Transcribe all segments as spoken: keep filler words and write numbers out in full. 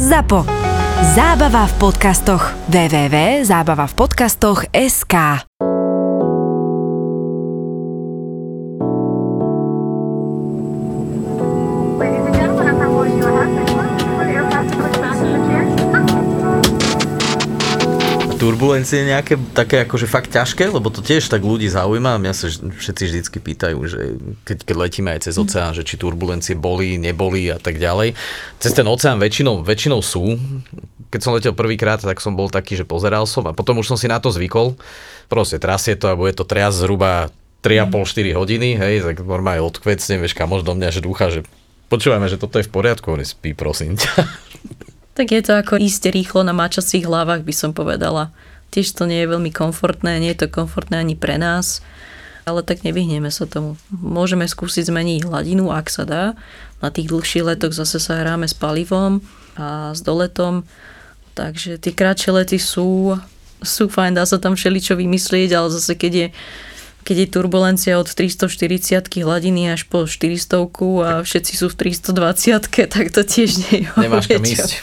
Zapo. Zábava v podcastoch. w w w bodka zábava v podcastoch bodka es ká Turbulencie nejaké také akože fakt ťažké, lebo to tiež tak ľudí zaujíma. Mňa sa všetci vždycky pýtajú, že keď, keď letíme aj cez oceán, že či turbulencie boli, neboli a tak ďalej. Cez ten oceán väčšinou, väčšinou sú. Keď som letel prvýkrát, tak som bol taký, že pozeral som a potom už som si na to zvykol. Proste trasie to a bude to triasť zhruba tri a pol až štyri hodiny, hej, tak normálne odkvecne, vieš, kamoš do mňa, že dúcha, že počúvame, že toto je v poriadku, on spí, prosím ťa. Tak je to ako ísť rýchlo na mačacích hlavách, by som povedala. Tiež to nie je veľmi komfortné, nie je to komfortné ani pre nás, ale tak nevyhneme sa tomu. Môžeme skúsiť zmeniť hladinu, ak sa dá. Na tých dlhších letoch zase sa hráme s palivom a s doletom, takže tie krátšie lety sú, sú fajn, dá sa tam všeličo vymyslieť, ale zase keď je keď je turbulencia od tristoštyridsať hladiny až po štyristo a všetci sú v tristodvadsať, tak to tiež nie je. Nemáš kam ísť.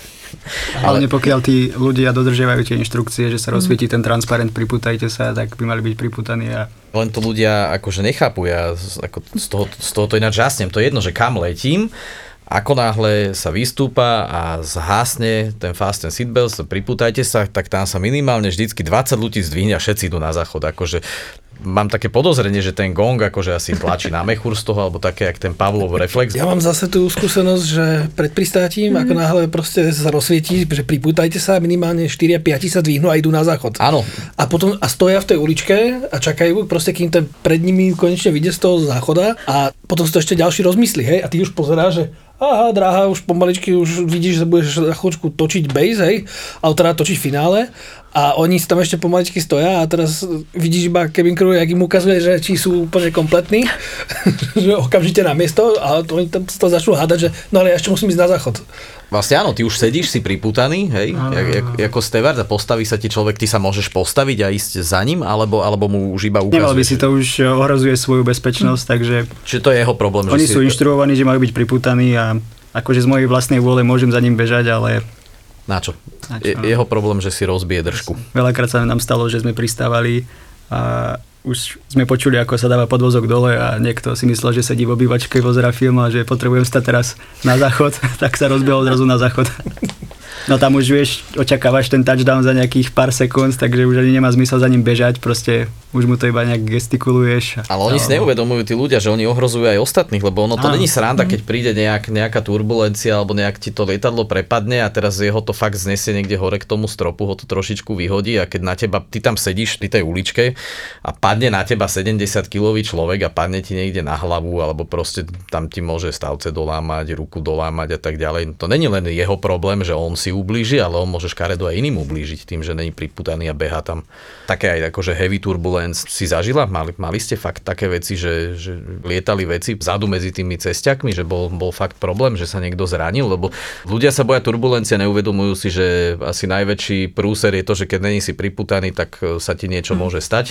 Ale pokiaľ tí ľudia dodržiavajú tie inštrukcie, že sa rozsvietí ten transparent, pripútajte sa, tak by mali byť pripútaní. A... Len to ľudia akože nechápu. Ja ako z, toho, z toho to ináč žasnem. To je jedno, že kam letím, ako náhle sa vystúpa a zhasne ten fasten seatbelt, pripútajte sa, tak tam sa minimálne vždycky dvadsať ľudí zdvihne a všetci idú na záchod. Akože mám také podozrenie, že ten gong akože asi tlačí na mechúr z toho, alebo také, jak ten Pavlov reflex. Ja mám zase tú skúsenosť, že pred pristátím, mm. ako náhle proste sa rozsvietí, že pripútajte sa, minimálne štyri a päť sa dvihnú a idú na záchod. Áno. A potom a stoja v tej uličke a čakajú, proste kým ten pred nimi konečne vyjde z toho záchoda a potom si to ešte ďalší rozmyslí, hej, a ty už pozeráš, že aha, dráha, už pomaličky už vidíš, že budeš za chvíľučku točiť base, hej, alebo teda točiť finále a oni tam ešte pomaličky stoja a teraz vidíš iba cabin crew, jak im ukazuje, že či sú úplne kompletní, že okamžite na miesto a oni tam to začnú hádať, že no ale ja ešte musím ísť na záchod. Vlastne áno, ty už sedíš, si pripútaný, hej, jak, jak, ako steward a postaví sa ti človek, ty sa môžeš postaviť a ísť za ním, alebo, alebo mu už iba ukazuješ. Nemal by si to už ohrozuje svoju bezpečnosť, hm. takže... Čiže to je jeho problém. Oni že sú si... inštruovaní, že majú byť pripútaní a akože z mojej vlastnej vôle môžem za ním bežať, ale... Na čo? Na čo? Je, jeho problém, že si rozbije držku. Veľakrát sa nám stalo, že sme pristávali a už sme počuli, ako sa dáva podvozok dole a niekto si myslel, že sedí v obývačke, pozerá film a že potrebujem stať teraz na záchod, tak sa rozbehol odrazu na záchod. No tam už vieš, očakávaš ten touchdown za nejakých pár sekúnd, takže už ani nemá zmysel za ním bežať, proste už mu to iba nejak gestikuluješ. Ale oni si neuvedomujú tí ľudia, že oni ohrozujú aj ostatných, lebo ono to není sranda, keď príde nejak, nejaká turbulencia alebo nejak ti to lietadlo prepadne a teraz jeho to fakt znesie niekde hore k tomu stropu, ho to trošičku vyhodí a keď na teba, ty tam sedíš pri tej uličke a padne na teba sedemdesiatkilový človek a padne ti niekde na hlavu alebo proste tam ti môže stavce dolámať, ruku dolámať a tak ďalej. To není len jeho problém, že on si ublíži, ale on môže škaredo aj iným ublížiť tým, že není priputaný a beha tam. Také aj akože heavy turbulence si zažila? Mali, mali ste fakt také veci, že, že lietali veci vzadu medzi tými cestiakmi, že bol, bol fakt problém, že sa niekto zranil, lebo ľudia sa boja turbulencie, neuvedomujú si, že asi najväčší prúser je to, že keď není si priputaný, tak sa ti niečo mm. môže stať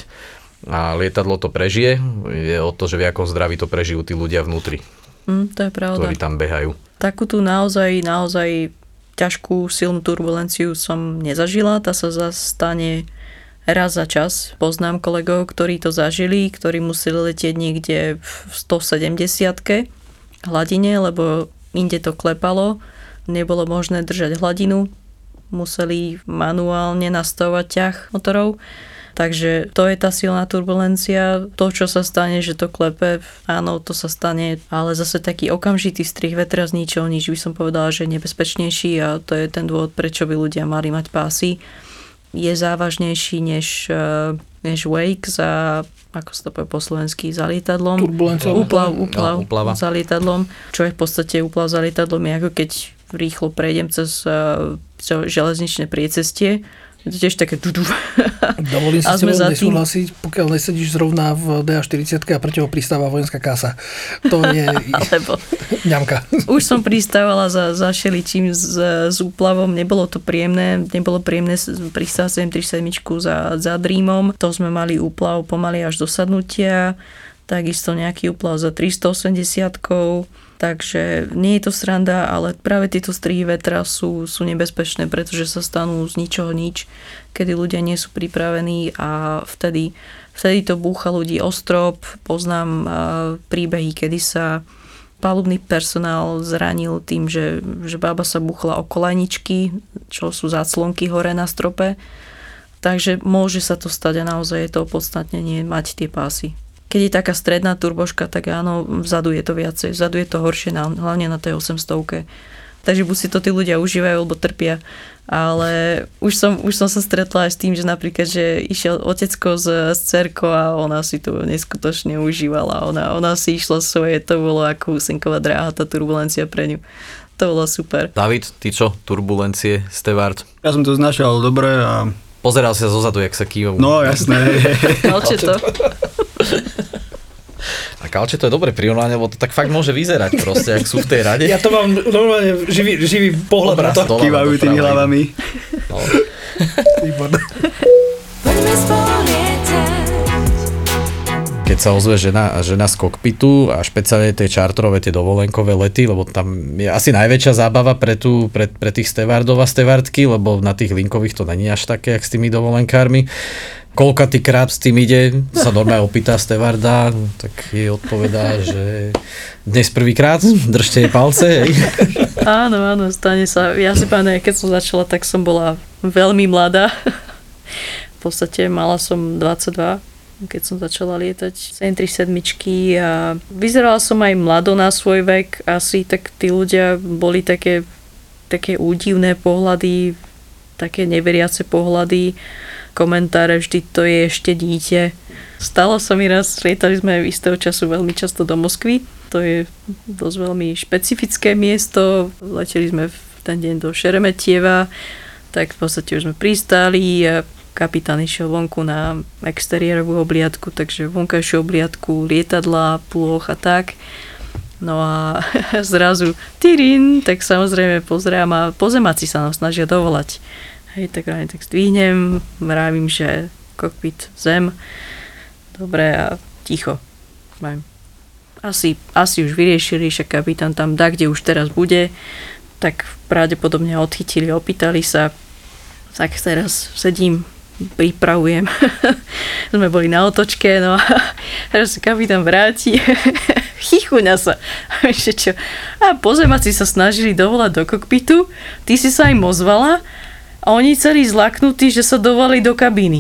a lietadlo to prežije. Je o to, že v akom zdraví to prežijú tí ľudia vnútri. Mm, to je pravda. Ktorí tam behajú. Takú tu naozaj, naozaj ťažkú silnú turbulenciu som nezažila, tá sa zastane raz za čas. Poznám kolegov, ktorí to zažili, ktorí museli letieť niekde v stosedemdesiatke hladine, lebo inde to klepalo, nebolo možné držať hladinu, museli manuálne nastavovať ťah motorov. Takže to je tá silná turbulencia. To, čo sa stane, že to klepe, áno, to sa stane, ale zase taký okamžitý strih vetra z ničoho nič by som povedala, že je nebezpečnejší a to je ten dôvod, prečo by ľudia mali mať pásy. Je závažnejší než, než wake za, ako sa to povie po slovensky, za lietadlom. Turbulencia. Úplav, úplav, no, úplava. za lietadlom. Čo je v podstate úplav za lietadlom, je ako keď rýchlo prejdem cez železničné priecestie. Je to tiež také dudu. Dovolím si s tebou nesúhlasiť, pokiaľ nesedíš zrovna v dé á štyridsať a pre teba pristáva vojenská kasa. To je Alebo... ňamka. Už som pristávala za, za šeličím s, s úplavom, nebolo to príjemné, nebolo príjemné pristávať sedem tri sedem za, za Dreamom. To sme mali úplav pomaly až do sadnutia, takisto nejaký úplav za tristoosemdesiat. Takže nie je to sranda, ale práve tieto strihy vetra sú, sú nebezpečné, pretože sa stanú z ničoho nič, kedy ľudia nie sú pripravení a vtedy, vtedy to búcha ľudí o strop. Poznám uh, príbehy, kedy sa palubný personál zranil tým, že, že bába sa buchla o kolajničky, čo sú záclonky hore na strope. Takže môže sa to stať a naozaj je to opodstatnenie mať tie pásy. Keď je taká stredná turboška, tak áno, vzadu je to viacej, vzadu je to horšie, hlavne na tej osemstovke. Takže buď si to tí ľudia užívajú, alebo trpia. Ale už som, už som sa stretla aj s tým, že napríklad, že išiel otecko s, s dcerkou a ona si to neskutočne užívala. Ona, ona si išla svoje, to bolo ako húsenková dráha, tá turbulencia pre ňu. To bolo super. David, ty čo? Turbulencie, stevard? Ja som to znašal dobre a... Pozeral si sa zozadu, jak sa kývajú. No, jasné. Kalče to. A kalče to je dobre prirovnanie, lebo to tak fakt môže vyzerať proste, ak sú v tej rade. Ja to mám normálne živý, živý pohľad na to. Kývajú tými hlavami. No. Výborné. Keď sa ozve žena, žena z kokpitu a špeciálne tie čarterové, tie dovolenkové lety, lebo tam je asi najväčšia zábava pre, tú, pre, pre tých stevardov a stevardky, lebo na tých linkových to není až také, jak s tými dovolenkármi. Koľkatý krát s tým ide, sa normálne opýta stevarda, tak jej odpovedá, že dnes prvýkrát, držte jej palce. Hej. Áno, áno, stane sa. Ja si pamätám, keď som začala, tak som bola veľmi mladá. V podstate mala som dvadsaťdva, keď som začala lietať sedem tri sedem a vyzerala som aj mlado na svoj vek. Asi tak tí ľudia boli také, také údivné pohľady, také neveriace pohľady, komentáre, vždy to je ešte dieťa. Stalo sa mi raz, lietali sme istého času veľmi často do Moskvy. To je dosť veľmi špecifické miesto. Leteli sme v ten deň do Šeremetieva, tak v podstate už sme pristáli a kapitán išiel vonku na exteriérovú obliadku, takže vonkajšiu obliadku, lietadla, plôch a tak. No a zrazu tyrin, tak samozrejme pozerám a pozemáci sa nám snažia dovolať. Hej, tak ráne tak zdvihnem, mravím, že kokpit zem. Dobre a ticho. Asi, asi už vyriešili, že kapitán tam dá, kde už teraz bude, tak pravdepodobne odchytili, opýtali sa. Tak teraz sedím, pripravujem. Sme boli na otočke, no a teraz sa kapitán vráti. Chichuňa sa. A čo? A pozemáci sa snažili dovolať do kokpitu, ty si sa im ozvala a oni celí zlaknutí, že sa dovolali do kabíny.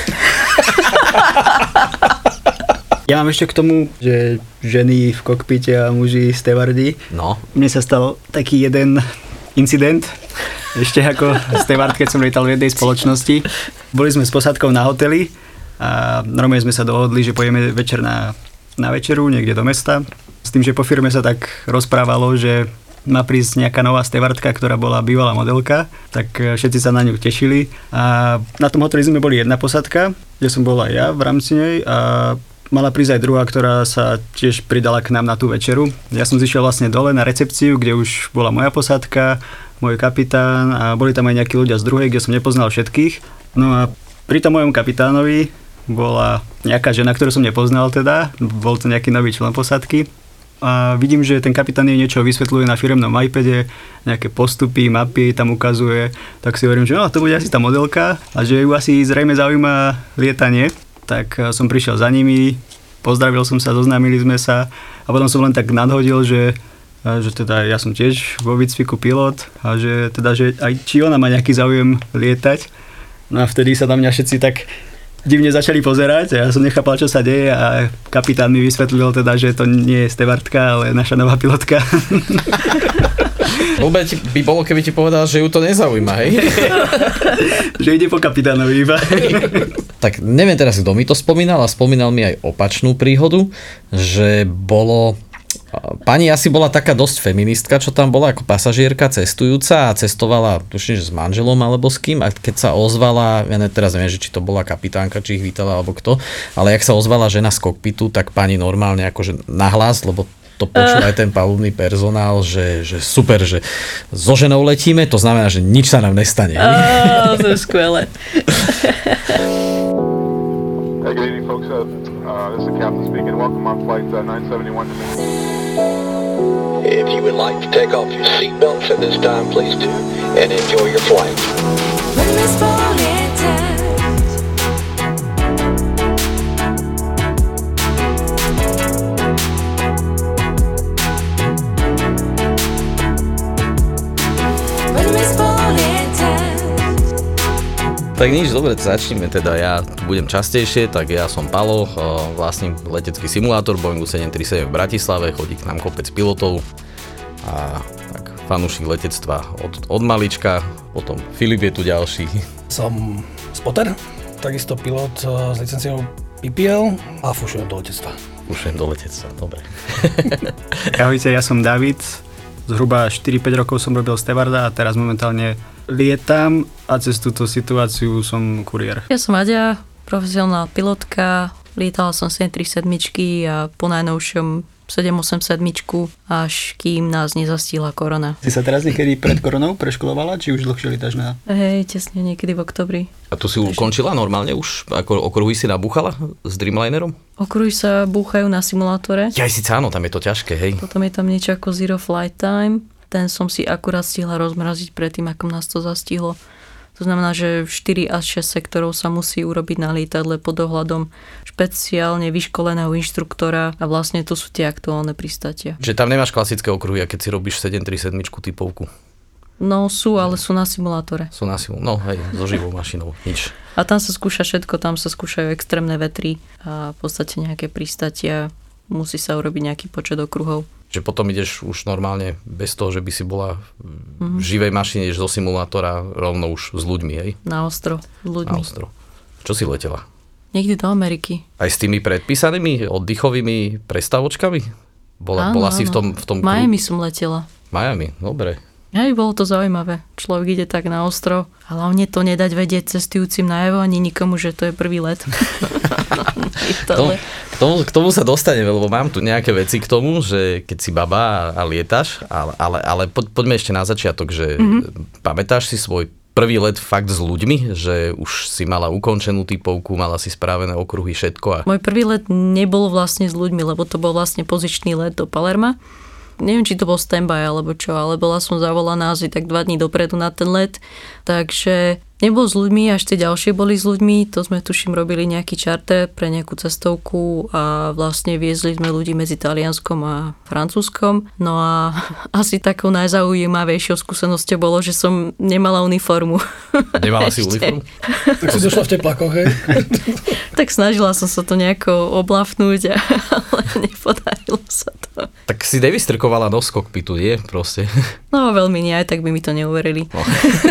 Ja mám ešte k tomu, že ženy v kokpite a muži stevardi. No. Mne sa stal taký jeden incident, ešte ako stevard, keď som lietal v jednej spoločnosti. Boli sme s posádkou na hoteli a normálne sme sa dohodli, že pôjdeme večer na, na večeru niekde do mesta. S tým, že po firme sa tak rozprávalo, že má prísť nejaká nová stevardka, ktorá bola bývalá modelka, tak všetci sa na ňu tešili. A na tom hoteli sme boli jedna posádka, kde som bol aj ja v rámci nej a mala prísť aj druhá, ktorá sa tiež pridala k nám na tú večeru. Ja som zišiel vlastne dole na recepciu, kde už bola moja posádka, môj kapitán a boli tam aj nejakí ľudia z druhej, kde som nepoznal všetkých. No a pri tom mojom kapitánovi bola nejaká žena, ktorú som nepoznal teda, bol to nejaký nový člen posádky. A vidím, že ten kapitán jej niečo vysvetľuje na firemnom iPade, nejaké postupy, mapy tam ukazuje, tak si hovorím, že no, to bude asi tá modelka a že ju asi zrejme zaujíma lietanie. Tak som prišiel za nimi, pozdravil som sa, zoznámili sme sa a potom som len tak nadhodil, že, že teda ja som tiež vo výcviku pilot a že teda, že aj či ona má nejaký záujem lietať. No a vtedy sa na mňa všetci tak divne začali pozerať a ja som nechápal, čo sa deje a kapitán mi vysvetlil teda, že to nie je stevardka, ale naša nová pilotka. Blbé by bolo, keby ti povedal, že ju to nezaujíma, hej? Že ide po kapitánovi iba. Tak neviem teraz, kto mi to spomínal, a spomínal mi aj opačnú príhodu, že bolo... Pani asi bola taká dosť feministka, čo tam bola ako pasažierka cestujúca a cestovala, tuším, že s manželom alebo s kým, a keď sa ozvala, ja ne, teraz neviem, že či to bola kapitánka, či ich vítala alebo kto, ale jak sa ozvala žena z kokpitu, tak pani normálne akože nahlas, lebo to počul aj ten palubný personál, že, že super, že so ženou letíme, to znamená, že nič sa nám nestane. Oh, to je skvelé. Hey, good evening, folks. Uh, uh, this is the captain speaking. Welcome on flight uh, nine seventy-one to me. If you would like to take off your seatbelts at this time, please do, and enjoy your flight. Tak nič, dobre, začneme teda, ja tu budem častejšie, tak ja som Palo, vlastním letecký simulátor Boeingu sedem tri sedem v Bratislave, chodí k nám kopec pilotov a tak fanúšik letectva od, od malička, potom Filip je tu ďalší. Som spotter, takisto pilot s licenciou pé pé el a fušujem do letectva. Fušujem do letectva, dobre. Ahojte, ja som David, zhruba štyri päť rokov som robil stevarda a teraz momentálne lietam a cez túto situáciu som kuriér. Ja som Aďa, profesionálna pilotka, lietala som sedem tri sedem a po najnovšom sedem osem sedem, až kým nás nezastihla korona. Si sa teraz niekedy pred koronou preškolovala, či už dlhšie lietaš na... Hej, tesne niekedy v oktobri. A tu si ukončila normálne už? Ako okruhy si nabúchala s Dreamlinerom? Okruhy sa búchajú na simulátore. Ja síce áno, tam je to ťažké, hej. Potom je tam niečo ako Zero Flight Time. Ten som si akurát stihla rozmraziť predtým, ako nás to zastihlo. To znamená, že štyri až šesť sektorov sa musí urobiť na lietadle pod dohľadom špeciálne vyškoleného inštruktora a vlastne to sú tie aktuálne pristátia. Že tam nemáš klasické okruhy, a keď si robíš sedem tri sedem typovku? No sú, ale sú na simulátore. Sú na simulátore, no hej, so živou mašinou, nič. A tam sa skúša všetko, tam sa skúšajú extrémne vetry a v podstate nejaké pristátia, musí sa urobiť nejaký počet okruhov. Že potom ideš už normálne bez toho, že by si bola v živej mašine, ideš zo simulátora rovno už s ľuďmi, hej? Na ostro, s ľuďmi. Na ostro. Čo si letela? Niekde do Ameriky. Aj s tými predpísanými oddychovými prestavočkami? Bola, áno, bola si áno. v tom, v tom Miami som letela. Miami, dobre. Hej, bolo to zaujímavé. Človek ide tak na ostro a hlavne to nedať vedieť cestujúcim najavo ani nikomu, že to je prvý let. K tomu, k, tomu, k tomu sa dostaneme, lebo mám tu nejaké veci k tomu, že keď si baba a, a lietaš, ale, ale, ale po, poďme ešte na začiatok, že mm-hmm. pamätáš si svoj prvý let fakt s ľuďmi, že už si mala ukončenú typovku, mala si správené okruhy, všetko? A... Môj prvý let nebol vlastne s ľuďmi, lebo to bol vlastne pozičný let do Palerma. Neviem, či to bol standby alebo čo, ale bola som zavolaná asi tak dva dní dopredu na ten let, takže nebol s ľuďmi, až tie ďalšie boli s ľuďmi, to sme tuším robili nejaký čarter pre nejakú cestovku a vlastne viezli sme ľudí medzi Talianskom a Francúzskom. No a asi takou najzaujímavejšou skúsenosťou bolo, že som nemala uniformu. Nemala si uniformu? Tak si došla v teplákoch, hej? Tak snažila som sa to nejako oblafnúť, ale nepodarilo sa to. Tak si nevystrkovala nos kokpitu, nie? Proste. No veľmi nie, aj tak by mi to neuverili. No.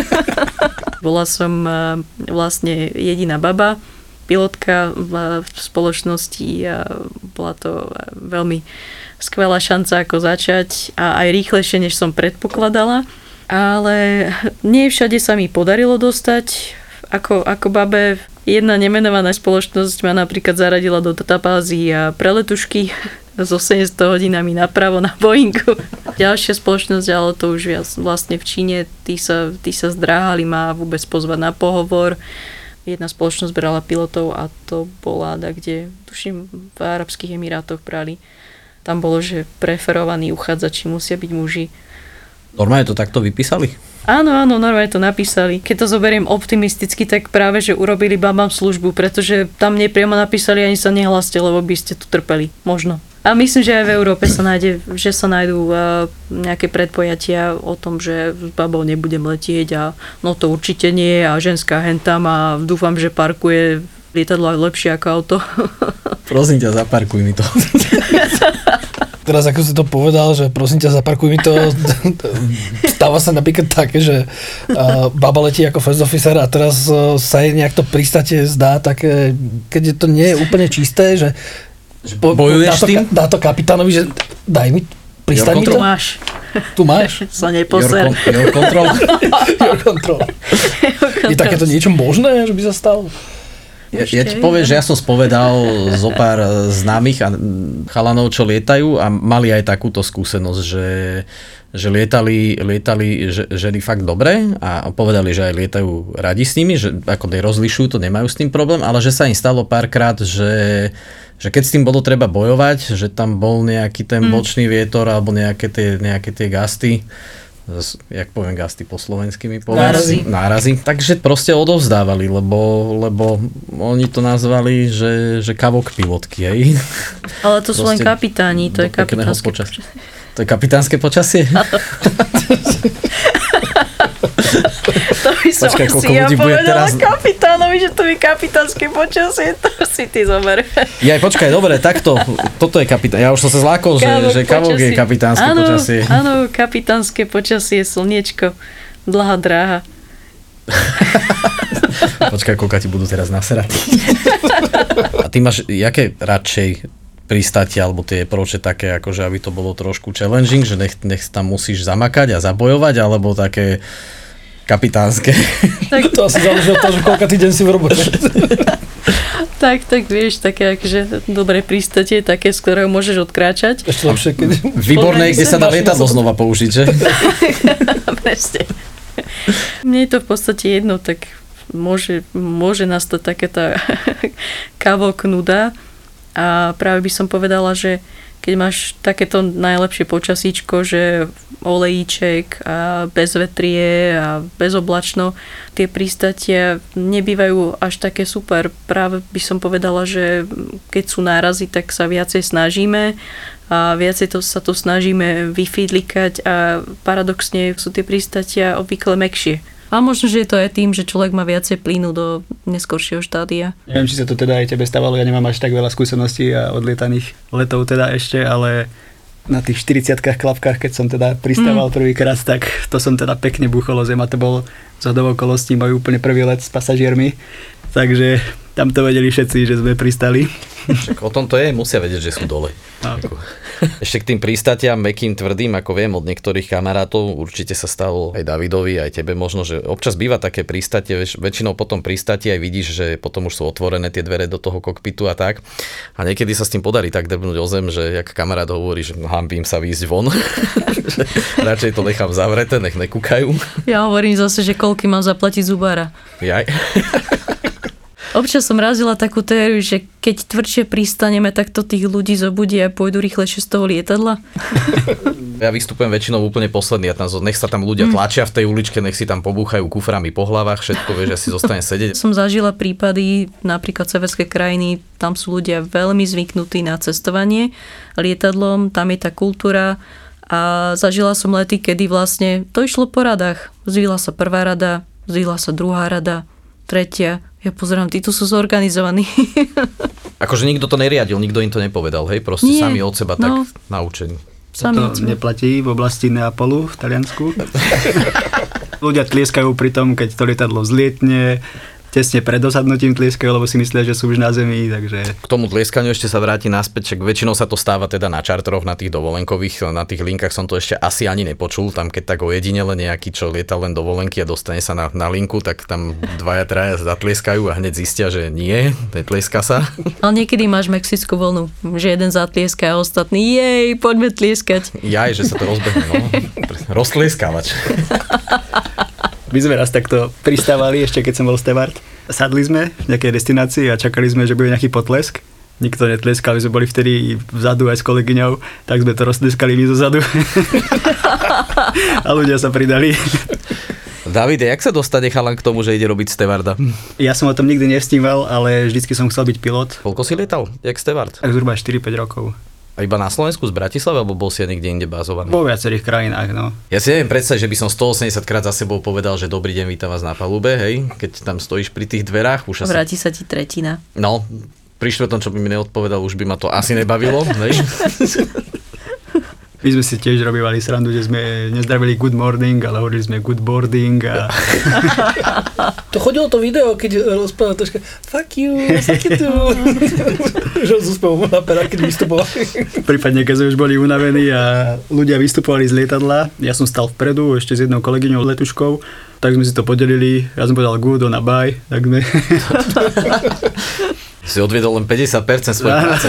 Bola som vlastne jediná baba, pilotka v spoločnosti a bola to veľmi skvelá šanca ako začať a aj rýchlejšie, než som predpokladala. Ale nie všade sa mi podarilo dostať ako, ako babe. Jedna nemenovaná spoločnosť ma napríklad zaradila do databázy a preletušky so sedemsto hodinami napravo na Boeingu. Ďalšia spoločnosť, ale to už viac vlastne v Číne, tí sa, tí sa zdráhali ma vôbec pozvať na pohovor. Jedna spoločnosť brala pilotov a to bola, da, kde, tuším, v Arabských Emirátoch brali. Tam bolo, že preferovaní uchádzači musia byť muži. Normálne to takto vypísali? Áno, áno, normálne to napísali. Keď to zoberiem optimisticky, tak práve, že urobili babám službu, pretože tam nepriamo napísali, ani sa nehláste, lebo by ste tu trpeli. Možno. A myslím, že aj v Európe sa nájde, že sa nájdú uh, nejaké predpojatia o tom, že s babou nebudem letieť a no to určite nie a ženská hentam a dúfam, že parkuje lietadlo aj lepšie ako auto. Prosím ťa, zaparkuj mi to. Teraz ako si to povedal, že prosím ťa, zaparkuj mi to, stáva sa napríklad také, že uh, baba letí ako first officer a teraz uh, sa jej nejak to pristate zdá také, keď je to nie je úplne čisté, že po, bojuješ dá to, tým? Dá to kapitánovi, že daj mi, pristaň mi to. Tu máš. Tu máš? Sa neposer. Your control. Your control. Je takéto niečo možné, že by sa stalo? Ja, ja ti poviem, že ja som spovedal zo pár známych a chalanov, čo lietajú a mali aj takúto skúsenosť, že, že lietali, lietali ženy fakt dobre a povedali, že aj lietajú radi s nimi, že ako nerozlišujú, to nemajú s tým problém, ale že sa im stalo párkrát, že že keď s tým bolo treba bojovať, že tam bol nejaký ten bočný vietor alebo nejaké tie, nejaké tie gasty, jak poviem gasty po slovensky mi poviem. Nárazy. Nárazy. Takže proste odovzdávali, lebo, lebo oni to nazvali, že, že kavok pilotky, hej. Ale to sú len Proste kapitáni, to je do pekného kapitánske počasia. To je kapitánske počasie? To by som Počkaj, koľko si ja ľudí bude povedala teraz- kapitánovi, že to je kapitánske počasie, to si ty zober. Ja počkaj, dobre, takto, toto je kapitán. Ja už som sa zlákol, že, že kavok je kapitánske áno, počasie. Áno, kapitánske počasie, slniečko, dlhá dráha. Počkaj, koľko ti budú teraz naserať. A ty máš, jaké radšej pristátia, alebo tie proče také, akože aby to bolo trošku challenging, že nech, nech tam musíš zamakať a zabojovať, alebo také kapitánske? Tak, To asi záleží od toho, že koľka týden si v robote. tak, tak vieš, také akože dobré prístatie, také, z ktorého môžeš odkráčať. Ešte lepšie, keď... Výborné, kde sa dá Máš lietadlo na znova použiť, že? Presne. Mne je to v podstate jedno, tak môže, môže nastať takéto kavok nuda. A práve by som povedala, že keď máš takéto najlepšie počasíčko, že olejíček a bez vetrie a bezoblačno, tie prístatia nebývajú až také super. Práve by som povedala, že keď sú nárazy, tak sa viacej snažíme a viacej to, sa to snažíme vyfidlikať a paradoxne sú tie prístatia obvykle mäkšie. A možno, že je to aj tým, že človek má viacej plynu do neskoršieho štádia. Neviem, či sa to teda aj tebe stávalo, ja nemám až tak veľa skúseností a odlietaných letov teda ešte, ale na tých štyridsiatkách klapkách, keď som teda pristával mm. prvýkrát, tak to som teda pekne buchol o zem a to bol z hodou okolností môj úplne prvý let s pasažiermi. Takže tam to vedeli všetci, že sme pristali. Však o tom to je, musia vedieť, že sú dole. A. Ešte k tým prístatiam mäkkým, tvrdým, ako viem od niektorých kamarátov, určite sa stalo aj Davidovi, aj tebe možno, že občas býva také prístatie, väč- väčšinou potom prístatie aj vidíš, že potom už sú otvorené tie dvere do toho kokpitu a tak. A niekedy sa s tým podarí tak drbnúť o zem, že jak kamarát hovorí, že hambím sa výjsť von. Radšej to nechám zavreté, nech nekúkajú. Ja hovorím zase, že koľky mám zaplatiť zubára. Jaj. Občas som razila takú teóriu, že keď tvrdšie pristaneme, tak to tých ľudí zobudí a pôjdu rýchlejšie z toho lietadla. Ja vystupujem väčšinou úplne posledný, ja tam, nech sa tam ľudia tlačia v tej uličke, nech si tam pobúchajú kuframi po hlavách, všetko vieš, že si zostane sedieť. Som zažila prípady, napríklad severské krajiny, tam sú ľudia veľmi zvyknutí na cestovanie lietadlom, tam je tá kultúra a zažila som lety, kedy vlastne to išlo po radách. Zvila sa prvá rada, zvila sa druhá rada, tretia. Ja pozerám, títo sú zorganizovaní. Akože nikto to neriadil, nikto im to nepovedal, hej? Proste Nie, sami od seba no. tak naučení. Sami To od seba. neplatí v oblasti Neapolu v Taliansku. Ľudia tlieskajú pri tom, keď to lietadlo vzlietne, tesne pred dosadnutím tlieskajú, lebo si myslia, že sú už na zemi, takže... K tomu tlieskaniu ešte sa vráti naspäť, čak väčšinou sa to stáva teda na čartroch, na tých dovolenkových, na tých linkách som to ešte asi ani nepočul, tam keď tak ojedinele nejaký, čo lieta len dovolenky a dostane sa na, na linku, tak tam dvaja, traja zatlieskajú a hneď zistia, že nie, netlieska sa. Ale niekedy máš mexickú vlnu, že jeden zatlieska a ostatný, jej, poďme tlieskať. Jaj, že sa to rozbehne, no. Roztlieskávač. My sme raz takto pristávali, ešte keď som bol steward. Sadli sme v nejakej destinácii a čakali sme, že bude nejaký potlesk. Nikto netlieskal, sme boli vtedy vzadu aj s kolegyňou, tak sme to roztleskali my zozadu. A ľudia sa pridali. Davide, jak sa dostane chalan k tomu, že ide robiť stewarda? Ja som o tom nikdy nevstíval, ale vždycky som chcel byť pilot. Koľko si lietal? Jak steward? Tak zhruba štyri päť rokov. A iba na Slovensku z Bratislavy, alebo bol si aj niekde inde bázovaný? Vo viacerých krajinách, no. Ja si neviem predstaviť, že by som stoosemdesiat krát za sebou povedal, že dobrý deň, vítam vás na palube, hej, keď tam stojíš pri tých dverách. Už asi... Vráti sa ti tretina. No, pri štvrtom, čo by mi neodpovedal, už by ma to asi nebavilo, hej. My sme si tiež robívali srandu, že sme nezdravili good morning, ale hovorili sme good boarding a... To chodilo to video, keď rozprával troška fuck you, fuck you too. Že s úspevom na perách, keď vystupovali. Prípadne, keď sme už boli unavení a ľudia vystupovali z lietadla, ja som stal vpredu ešte s jednou kolegyňou letuškou, tak sme si to podelili, ja som povedal good, ona bye, tak sme... Si odviedol len päťdesiat percent svojej práce.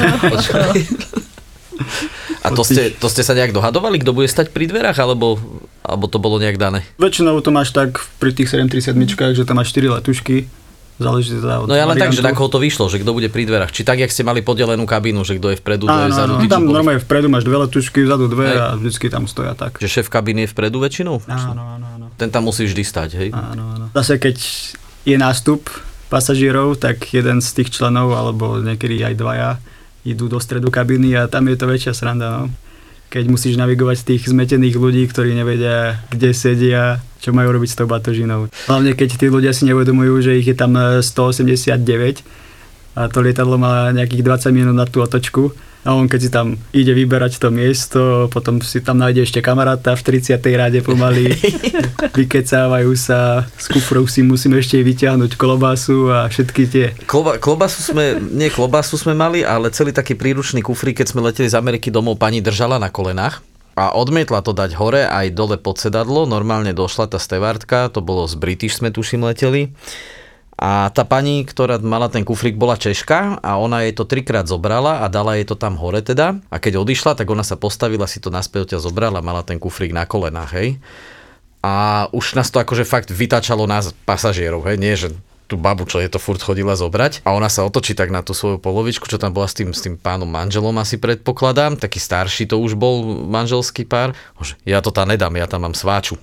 A to ste, to ste sa nejak dohadovali, kto bude stať pri dverách, alebo, alebo to bolo nejak dané? Väčšinou to máš tak pri tých sedemstodtridsaťsedem, že tam máš štyri letušky záleží teda od No ja len tak, že variantu. na koho to vyšlo, že kto bude pri dverách. Či tak, jak ste mali podelenú kabínu, že kto je vpredu, kto je Áno, vzadu. áno, tí, čo tam boli- normálne vpredu máš dve letušky, vzadu dve Hej. a vždycky tam stoja tak. Že šéf kabíny je vpredu väčšinou? Áno, áno, áno. Ten tam musí vždy stať, hej? Áno, áno. Zase keď je nástup pasažierov, tak jeden z tých členov, alebo niekedy aj dvaja, idú do stredu kabíny a tam je to väčšia sranda, no. Keď musíš navigovať tých zmetených ľudí, ktorí nevedia, kde sedia, čo majú robiť s tou batožinou. Hlavne keď tí ľudia si neuvedomujú, že ich je tam stoosemdesiatdeväť a to lietadlo má nejakých dvadsať minút na tú otočku. A on keď si tam ide vyberať to miesto, potom si tam nájde ešte kamaráta v tridsiatej rade pomaly, vykecávajú sa, z kufrov si musíme ešte vyťahnuť klobásu a všetky tie. Kloba, klobasu sme, nie klobasu sme mali, ale celý taký príručný kufrík, keď sme leteli z Ameriky domov, pani držala na kolenách a odmietla to dať hore aj dole pod sedadlo. Normálne došla tá stevardka, to bolo z British sme tuším leteli. A tá pani, ktorá mala ten kufrík, bola Češka a ona jej to trikrát zobrala a dala jej to tam hore teda. A keď odišla, tak ona sa postavila, si to naspäť ťa zobrala, mala ten kufrík na kolenách, hej. A už nás to akože fakt vytáčalo nás pasažierov, hej, nie že tú babu, čo je to furt chodila zobrať. A ona sa otočí tak na tú svoju polovičku, čo tam bola s tým, s tým pánom manželom asi predpokladám, taký starší to už bol manželský pár. Že ja to tam nedám, ja tam mám sváču.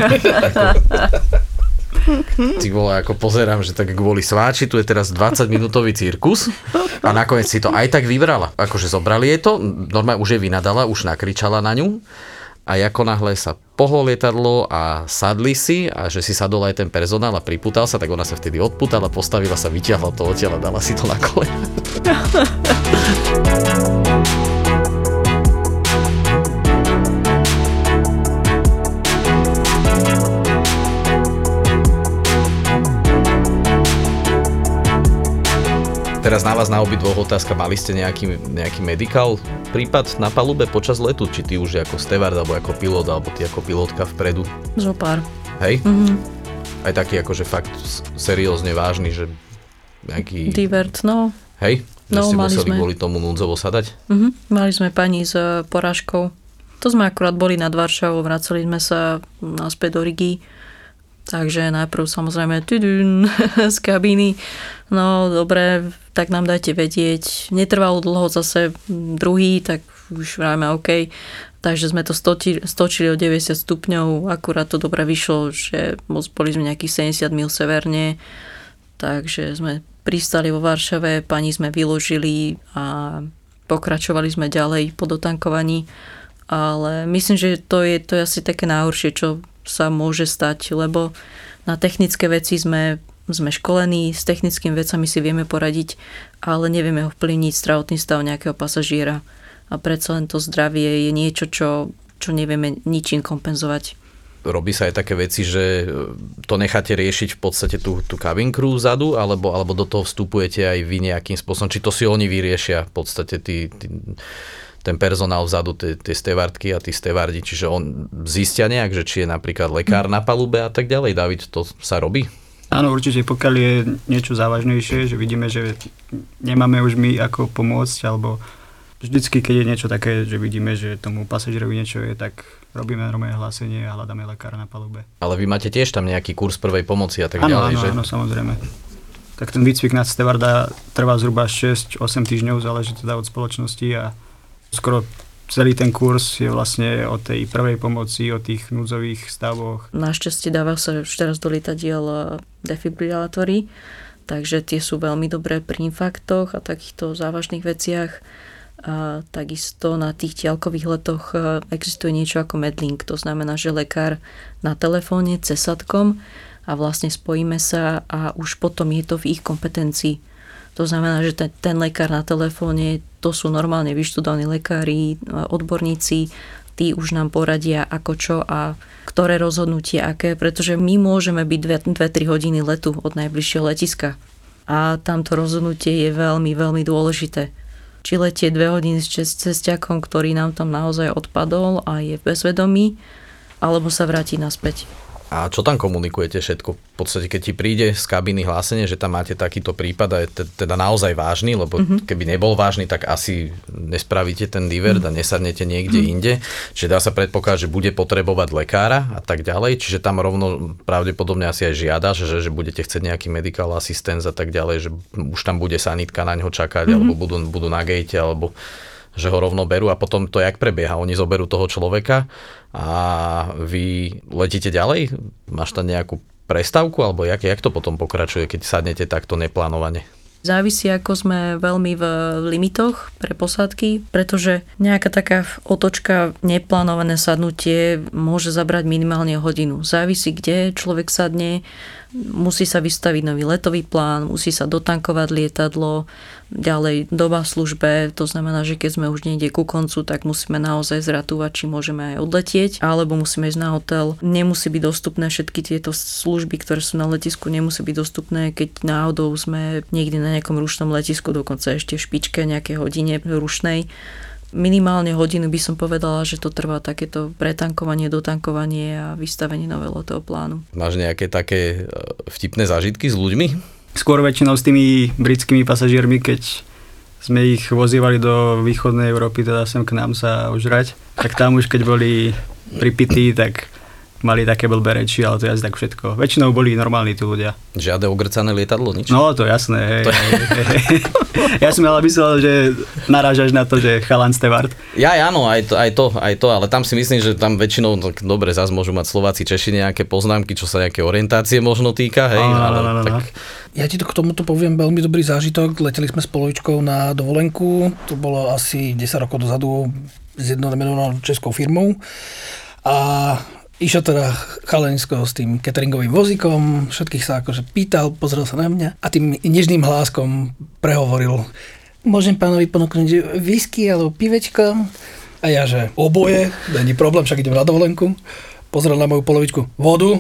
Ty vole, ako pozerám, že tak kvôli sváči, tu je teraz dvadsaťminútový cirkus a nakoniec si to aj tak vybrala. Akože zobrali jej to, normálne už je vynadala, už nakričala na ňu a ako náhle sa pohlo lietadlo a sadli si a že si sadol aj ten personál a pripútal sa, tak ona sa vtedy odpútala, postavila sa, vyťahla to odtiaľ a dala si to na kolena. Teraz na vás na obidvoch otázka, mali ste nejaký, nejaký medical prípad na palube počas letu? Či ty už ako steward, alebo ako pilot, alebo ty ako pilotka vpredu? Zopár. Hej? Mhm. Aj taký akože fakt seriózne vážny, že nejaký... Divert, no. Hej? Že No, ste mali museli sme. kvôli tomu núdzovo sadať? Mhm. Mali sme pani s e, porážkou. To sme akurát boli nad Varšavou, vracali sme sa naspäť do Rigi. Takže najprv samozrejme tudun, z kabíny. No dobre, tak nám dajte vedieť. Netrvalo dlho zase druhý, tak už vravíme OK. Takže sme to stočili, stočili o deväťdesiat stupňov. Akurát to dobre vyšlo, že boli sme nejakých sedemdesiat mil severne. Takže sme pristali vo Varšave, pani sme vyložili a pokračovali sme ďalej po dotankovaní. Ale myslím, že to je, to je asi také najhoršie, čo sa môže stať, lebo na technické veci sme, sme školení, s technickými vecami si vieme poradiť, ale nevieme ovplyvniť zdravotný stav nejakého pasažiera. A predsa len to zdravie je niečo, čo, čo nevieme ničím kompenzovať. Robí sa aj také veci, že to necháte riešiť v podstate tú, tú cabin crew vzadu, alebo, alebo do toho vstupujete aj vy nejakým spôsobom, či to si oni vyriešia v podstate tí, tí ten personál vzadu, tie, tie stevardky a tí stevardi, čiže on zistia nejak, že či je napríklad lekár na palube a tak ďalej. David, to sa robí? Áno, určite, pokiaľ je niečo závažnejšie, že vidíme, že nemáme už my ako pomôcť, alebo vždycky, keď je niečo také, že vidíme, že tomu pasažierovi niečo je, tak robíme normálne hlásenie a hľadáme lekára na palube. Ale vy máte tiež tam nejaký kurz prvej pomoci a tak áno, ďalej, áno, že? Áno, samozrejme. Tak ten výcvik na stevarda trvá zhruba šesť až osem týždňov, záleží teda od spoločnosti a skoro celý ten kurz je vlastne o tej prvej pomoci, o tých núdzových stavoch. Našťastie dáva sa už teraz do lietadiel defibrilátory, takže tie sú veľmi dobré pri infarktoch a takýchto závažných veciach. A takisto na tých diaľkových letoch existuje niečo ako medlink, to znamená, že lekár na telefóne cesatkom a vlastne spojíme sa a už potom je to v ich kompetencii. To znamená, že ten, ten lekár na telefóne, to sú normálne vyštudovaní lekári, odborníci, tí už nám poradia ako čo a ktoré rozhodnutie aké, pretože my môžeme byť dve tri hodiny letu od najbližšieho letiska. A tamto rozhodnutie je veľmi, veľmi dôležité. Či letie dve hodiny s cesťakom, ktorý nám tam naozaj odpadol a je v bezvedomí, alebo sa vráti naspäť. A čo tam komunikujete všetko? V podstate, keď ti príde z kabiny hlásenie, že tam máte takýto prípad a je teda naozaj vážny, lebo mm-hmm. keby nebol vážny, tak asi nespravíte ten divert a nesadnete niekde mm-hmm. inde. Čiže dá sa predpokladať, že bude potrebovať lekára a tak ďalej. Čiže tam rovno pravdepodobne asi aj žiada, že, že budete chcieť nejaký medical assistance a tak ďalej, že už tam bude sanitka na ňo čakať, mm-hmm. alebo budú, budú na gate, alebo že ho rovno berú a potom to jak prebieha. Oni zoberú toho človeka a vy letíte ďalej? Máš tam nejakú prestávku alebo jak, jak to potom pokračuje, keď sadnete takto neplánovane? Závisí, ako sme veľmi v limitoch pre posádky, pretože nejaká taká otočka, neplánované sadnutie môže zabrať minimálne hodinu. Závisí, kde človek sadne, musí sa vystaviť nový letový plán, musí sa dotankovať lietadlo, ďalej doba v službe, to znamená, že keď sme už niekde ku koncu, tak musíme naozaj zratúvať, či môžeme aj odletieť, alebo musíme ísť na hotel. Nemusí byť dostupné všetky tieto služby, ktoré sú na letisku, nemusí byť dostupné, keď náhodou sme niekde na nejakom rušnom letisku, dokonca ešte v špičke nejakej hodine rušnej. Minimálne hodinu by som povedala, že to trvá takéto pretankovanie, dotankovanie a vystavenie nového letového plánu. Máš nejaké také vtipné zážitky s ľuďmi? Skôr väčšinou s tými britskými pasažiermi, keď sme ich vozívali do východnej Európy, teda sem k nám sa ožrať, tak tam už keď boli pripití, tak mali také blbé reči, ale to je asi tak všetko. Väčšinou boli normálni tí ľudia. Žiadne ogrcané lietadlo, nič? No, to jasné. Hej, to... hej, hej. Ja som ale myslel, že narážaš na to, že chalan steward. Ja, áno, aj to, aj to, aj to, ale tam si myslím, že tam väčšinou, tak dobre, zás môžu mať Slováci, Češi nejaké poznámky, čo sa nejaké orientácie možno týka, hej, no, ale no, no, tak... Ja ti to k tomuto poviem veľmi dobrý zážitok. Leteli sme s polovičkou na dovolenku, to bolo asi desať rokov dozadu s jednou nemenovanou českou firmou a išiel teda chalensko s tým cateringovým vozíkom, všetkých sa akože pýtal, pozrel sa na mňa a tým nežným hláskom prehovoril: môžem pánovi ponúknuť whisky alebo pivečko? A ja, že oboje, není problém, však idem na dovolenku. Pozrel na moju polovičku: vodu.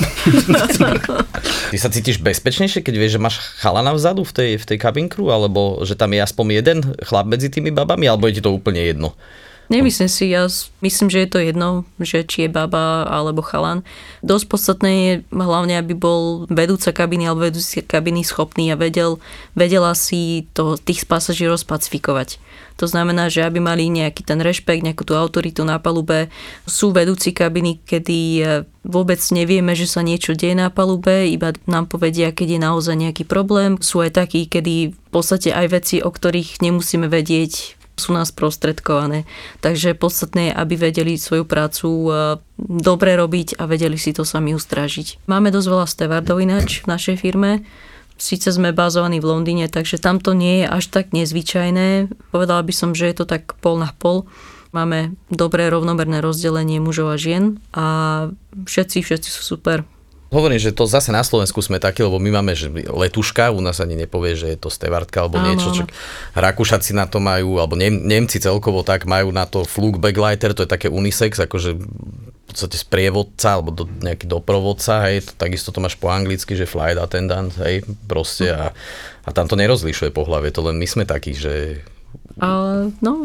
Ty sa cítiš bezpečnejšie, keď vieš, že máš chalana vzadu v tej, v tej cabin crew, alebo že tam je aspoň jeden chlap medzi tými babami, alebo je ti to úplne jedno? Nemyslím si, ja myslím, že je to jedno, že či je baba alebo chalan. Dosť podstatné je hlavne, aby bol vedúca kabiny alebo vedúci kabiny schopný a vedel, vedela si to, tých pasažierov spacifikovať. To znamená, že aby mali nejaký ten rešpekt, nejakú tú autoritu na palube. Sú vedúci kabiny, kedy vôbec nevieme, že sa niečo deje na palube, iba nám povedia, keď je naozaj nejaký problém. Sú aj takí, kedy v podstate aj veci, o ktorých nemusíme vedieť, sú nás prostredkované. Takže podstatné je, aby vedeli svoju prácu dobre robiť a vedeli si to sami ustrážiť. Máme dosť veľa stewardov ináč v našej firme. Síce sme bázovaní v Londýne, takže tam to nie je až tak nezvyčajné. Povedala by som, že je to tak pol na pol. Máme dobré rovnomerné rozdelenie mužov a žien a všetci, všetci sú super. Hovorím, že to zase na Slovensku sme takí, lebo my máme že letuška, u nás ani nepovie, že je to stewardka alebo áno, niečo, čo Rakúšaci na to majú, alebo Nem- Nemci celkovo tak majú na to Flugbeglighter, to je také unisex, akože v podstate sprievodca alebo do, nejaký doprovodca, hej, to, takisto to máš po anglicky, že flight attendant, hej, proste a, a tam to nerozlišuje pohlavie, to len my sme takí, že... Uh, no.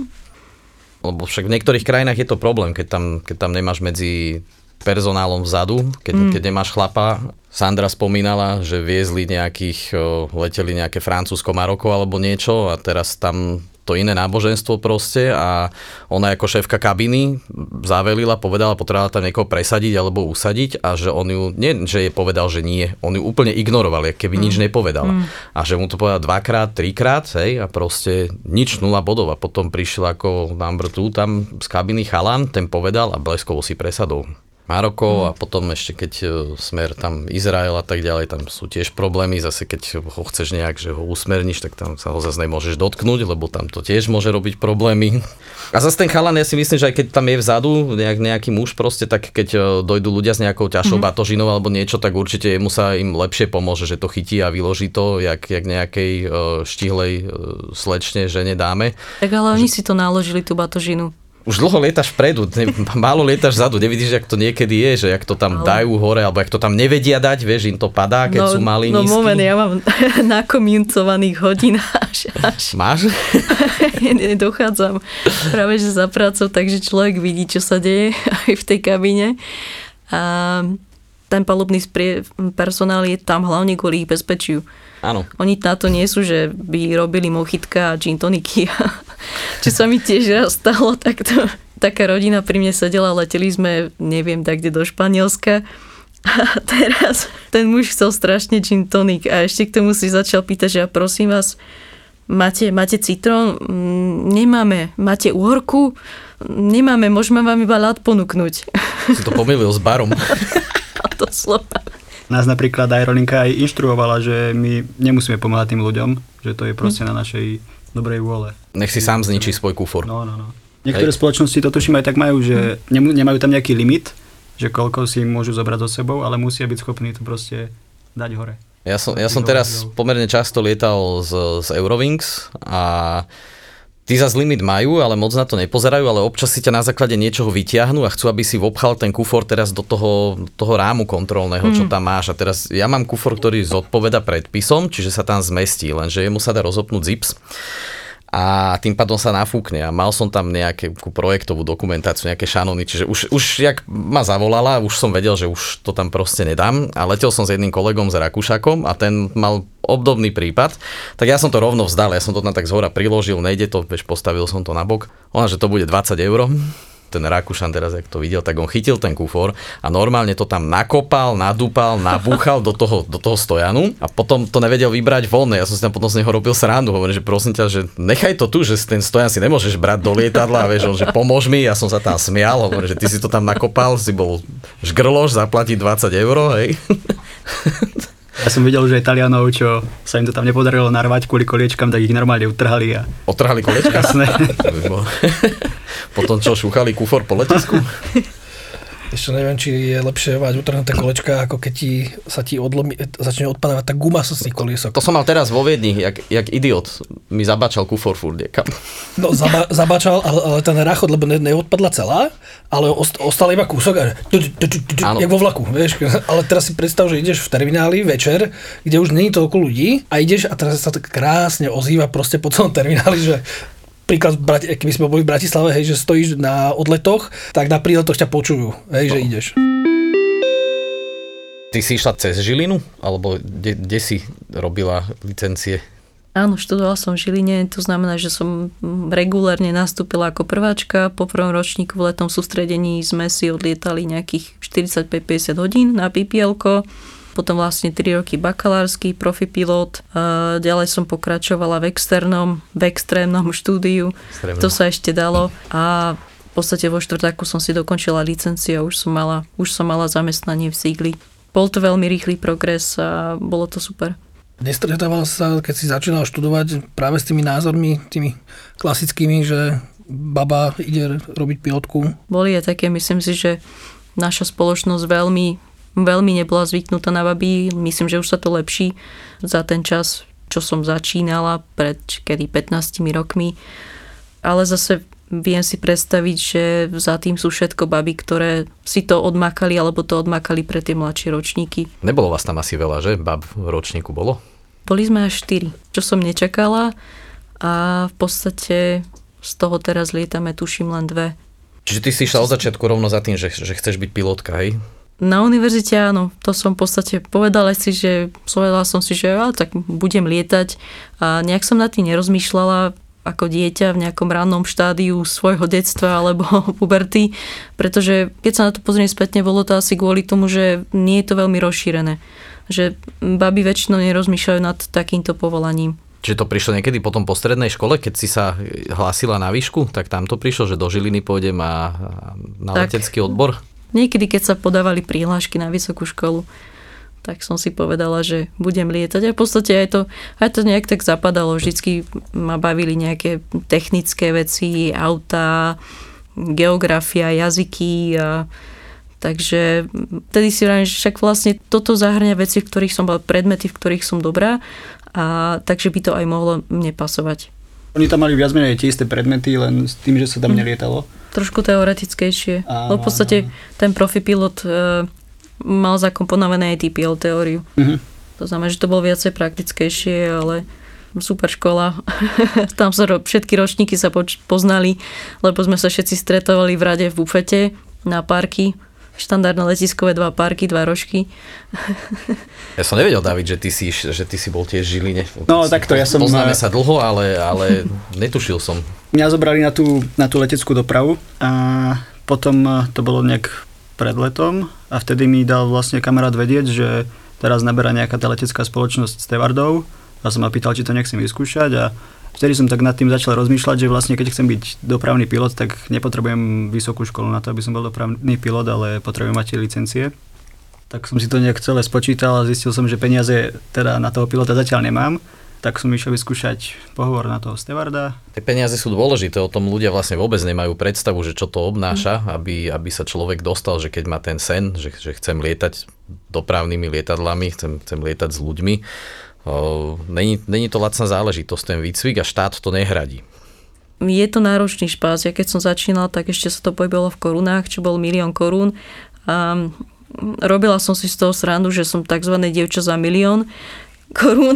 Lebo však v niektorých krajinách je to problém, keď tam, keď tam nemáš medzi personálom vzadu, keď, mm. keď nemáš chlapa. Sandra spomínala, že viezli nejakých, leteli nejaké Francúzsko, Maroko alebo niečo a teraz tam to iné náboženstvo proste a ona ako šéfka kabiny zavelila, povedala, potrebovala tam niekoho presadiť alebo usadiť a že on ju, nie že jej povedal, že nie, on ju úplne ignoroval, keby mm. nič nepovedala. Mm. A že mu to povedal dvakrát, trikrát, hej, a proste nič, nula bodov a potom prišiel ako number two tam z kabiny chalan, ten povedal a bleskovo si presadol Maroko mm. a potom ešte keď smer tam Izrael a tak ďalej, tam sú tiež problémy, zase keď ho chceš nejak, že ho usmerníš, tak tam sa ho zase nemôžeš dotknúť, lebo tam to tiež môže robiť problémy. A zase ten chalan, ja si myslím, že aj keď tam je vzadu nejak, nejaký muž proste, tak keď dojdú ľudia s nejakou ťažšou mm. batožinou alebo niečo, tak určite jemu sa im lepšie pomôže, že to chytí a vyloží to, jak, jak nejakej štihlej slečne žene dáme. Tak ale oni si to naložili, tú batožinu. Už dlho lietaš vpredu, ne, málo lietaš vzadu, nevidíš, jak to niekedy je, že jak to tam ale... dajú hore, alebo jak to tam nevedia dať, vieš, im to padá, keď no, sú malí, no nízky. No moment, ja mám nakomincovaných hodín až, až. Máš? Dochádzam práve, že za prácou, takže človek vidí, čo sa deje aj v tej kabíne. A ten palubný sprie- personál je tam hlavne kvôli ich bezpečiu. Áno. Oni na to nie sú, že by robili mochitka a gin toniky. Čo sa mi tiež raz stalo, tak to, taká rodina pri mne sedela, leteli sme, neviem, tak kde do Španielska. A teraz ten muž chcel strašne gin tonik a ešte k tomu si začal pýtať, že ja prosím vás, máte, máte citrón? Nemáme. Máte uhorku? Nemáme, môžeme vám iba ľad ponúknuť. Si to pomýlil s barom. A to slova. Nás napríklad aj Rolinka aj inštruovala, že my nemusíme pomáhať tým ľuďom, že to je proste na našej dobrej vôle. Nech si sám zničí svoj kufor. No, no, no. Niektoré Hej. spoločnosti to tuším aj tak majú, že nemajú tam nejaký limit, že koľko si môžu zobrať so sebou, ale musia byť schopní to proste dať hore. Ja som, ja som teraz pomerne často lietal z, z Eurowings a tí zase limit majú, ale moc na to nepozerajú, ale občas si ťa na základe niečoho vyťahnú a chcú, aby si vobchal ten kufor teraz do toho, do toho rámu kontrolného, čo tam máš. A teraz ja mám kufor, ktorý zodpoveda predpisom, čiže sa tam zmestí, lenže jemu sa dá rozopnúť zips a tým pádom sa nafúkne a mal som tam nejakú projektovú dokumentáciu, nejaké šanóny, čiže už, už jak ma zavolala, už som vedel, že už to tam proste nedám a letel som s jedným kolegom z Rakúšakom a ten mal obdobný prípad, tak ja som to rovno vzdal, ja som to tam tak zhora priložil, nejde to, vieš, postavil som to na bok, ona, že to bude dvadsať eur. Ten Rakúšan teraz, jak to videl, tak on chytil ten kufor a normálne to tam nakopal, nadúpal, nabúchal do toho, do toho stojanu a potom to nevedel vybrať von. Ja som si tam potom z neho robil srandu, hovorím, že prosím ťa, že nechaj to tu, že ten stojan si nemôžeš brať do lietadla, vieš, on, že pomôž mi, ja som sa tam smial, hovorím, že ty si to tam nakopal, si bol žgrloš, zaplatiť dvadsať eur, hej. Ja som videl, že Talianov, čo sa im to tam nepodarilo narvať kvôli koliečkam, tak ich normálne utrhali. A... Otrhali koliečka? Jasné. Potom čo, šúchali kufor po letisku? Ešte neviem, či je lepšie mať utrhnuté kolečka, ako keď ti, sa ti odlomí, začne odpadávať tá guma z tých koliesok. To som mal teraz vo Viedni, jak, jak idiot. Mi zabáčal kufor furt niekam. No, zaba, zabáčal, ale, ale ten rachot, lebo ne, neodpadla celá, ale ost, ostal iba kúsok a jak vo vlaku, vieš. Ale teraz si predstav, že ideš v termináli večer, kde už nie je toľko ľudí a ideš a teraz sa tak krásne ozýva proste po celom termináli, že príklad, keby sme boli v Bratislave, hej, že stojíš na odletoch, tak na príletoch ťa počujú, hej, no. Že ideš. Ty si išla cez Žilinu? Alebo kde si robila licencie? Áno, študovala som v Žiline, to znamená, že som regulárne nastúpila ako prváčka. Po prvom ročníku v letnom sústredení sme si odlietali nejakých štyridsaťpäť päťdesiat hodín na pé pé elko. Potom vlastne tri roky bakalársky, profipilot. Ďalej som pokračovala v externom, v extrémnom štúdiu. Extrémno. To sa ešte dalo. A v podstate vo štvrtáku som si dokončila licenciu a už som mala, už som mala zamestnanie v Sigli. Bol to veľmi rýchly progres a bolo to super. Nestretával sa, keď si začínal študovať práve s tými názormi, tými klasickými, že baba ide robiť pilotku? Boli aj také, myslím si, že naša spoločnosť veľmi veľmi nebola zvyknutá na baby. Myslím, že už sa to lepší za ten čas, čo som začínala pred kedy pätnástimi rokmi. Ale zase viem si predstaviť, že za tým sú všetko baby, ktoré si to odmakali alebo to odmakali pre tie mladšie ročníky. Nebolo vás tam asi veľa, že? Bab v ročníku bolo? Boli sme až štyri, čo som nečakala a v podstate z toho teraz lietame, tuším, len dve. Čiže ty si išla od začiatku rovno za tým, že, že chceš byť pilotka, hej? Na univerzite áno, to som v podstate povedala si, že povedala som si, že ja, tak budem lietať a nejak som nad tým nerozmýšľala ako dieťa v nejakom rannom štádiu svojho detstva alebo puberty, pretože keď sa na to pozriem spätne, bolo to asi kvôli tomu, že nie je to veľmi rozšírené, že baby väčšinou nerozmýšľajú nad takýmto povolaním. Čiže to prišlo niekedy potom po strednej škole, keď si sa hlásila na výšku, tak tam to prišlo, že do Žiliny pôjdem a na tak. Letecký odbor? Niekedy, keď sa podávali prihlášky na vysokú školu, tak som si povedala, že budem lietať. A v podstate aj to, aj to nejak tak zapadalo. Vždycky ma bavili nejaké technické veci, autá, geografia, jazyky. A takže vtedy si vravím, že však vlastne toto zahŕňa veci, v ktorých som bola, predmety, v ktorých som dobrá. A takže by to aj mohlo mne pasovať. Oni tam mali viac menej tie isté predmety, len s tým, že sa tam nelietalo. Trošku teoretickejšie. Lebo v podstate ten profipilot e, mal zakomponované aj té pé el teóriu. Uh-huh. To znamená, že to bolo viacej praktickejšie, ale super škola. Tam sa ro- všetky ročníky sa poč- poznali, lebo sme sa všetci stretovali v rade v bufete na parky. štandardné letiskové dva parky, dva rožky. Ja som nevedel, David, že ty si, že ty si bol tiež v Žiline. No takto, ja som... Poznáme sa dlho, ale, ale netušil som. Mňa zobrali na tú, na tú leteckú dopravu a potom to bolo nejak pred letom a vtedy mi dal vlastne kamarát vedieť, že teraz naberá nejaká tá letecká spoločnosť stewardov. Ja som ma pýtal, či to nechcem vyskúšať a vtedy som tak nad tým začal rozmýšľať, že vlastne keď chcem byť dopravný pilot, tak nepotrebujem vysokú školu na to, aby som bol dopravný pilot, ale potrebujem mať licencie. Tak som si to nejak celé spočítal a zistil som, že peniaze teda na toho pilota zatiaľ nemám. Tak som išiel vyskúšať pohovor na toho stewarda. Tie peniaze sú dôležité, o tom ľudia vlastne vôbec nemajú predstavu, že čo to obnáša, mm. aby, aby sa človek dostal, že keď má ten sen, že, že chcem lietať dopravnými lietadlami, chcem, chcem lietať s ľuďmi. O, není, není to lacná záležitosť, ten výcvik a štát to nehradí. Je to náročný špás. Ja keď som začínala, tak ešte sa to pohybilo v korunách, čo bol milión korún. A robila som si z toho srandu, že som takzvané dievča za milión korún.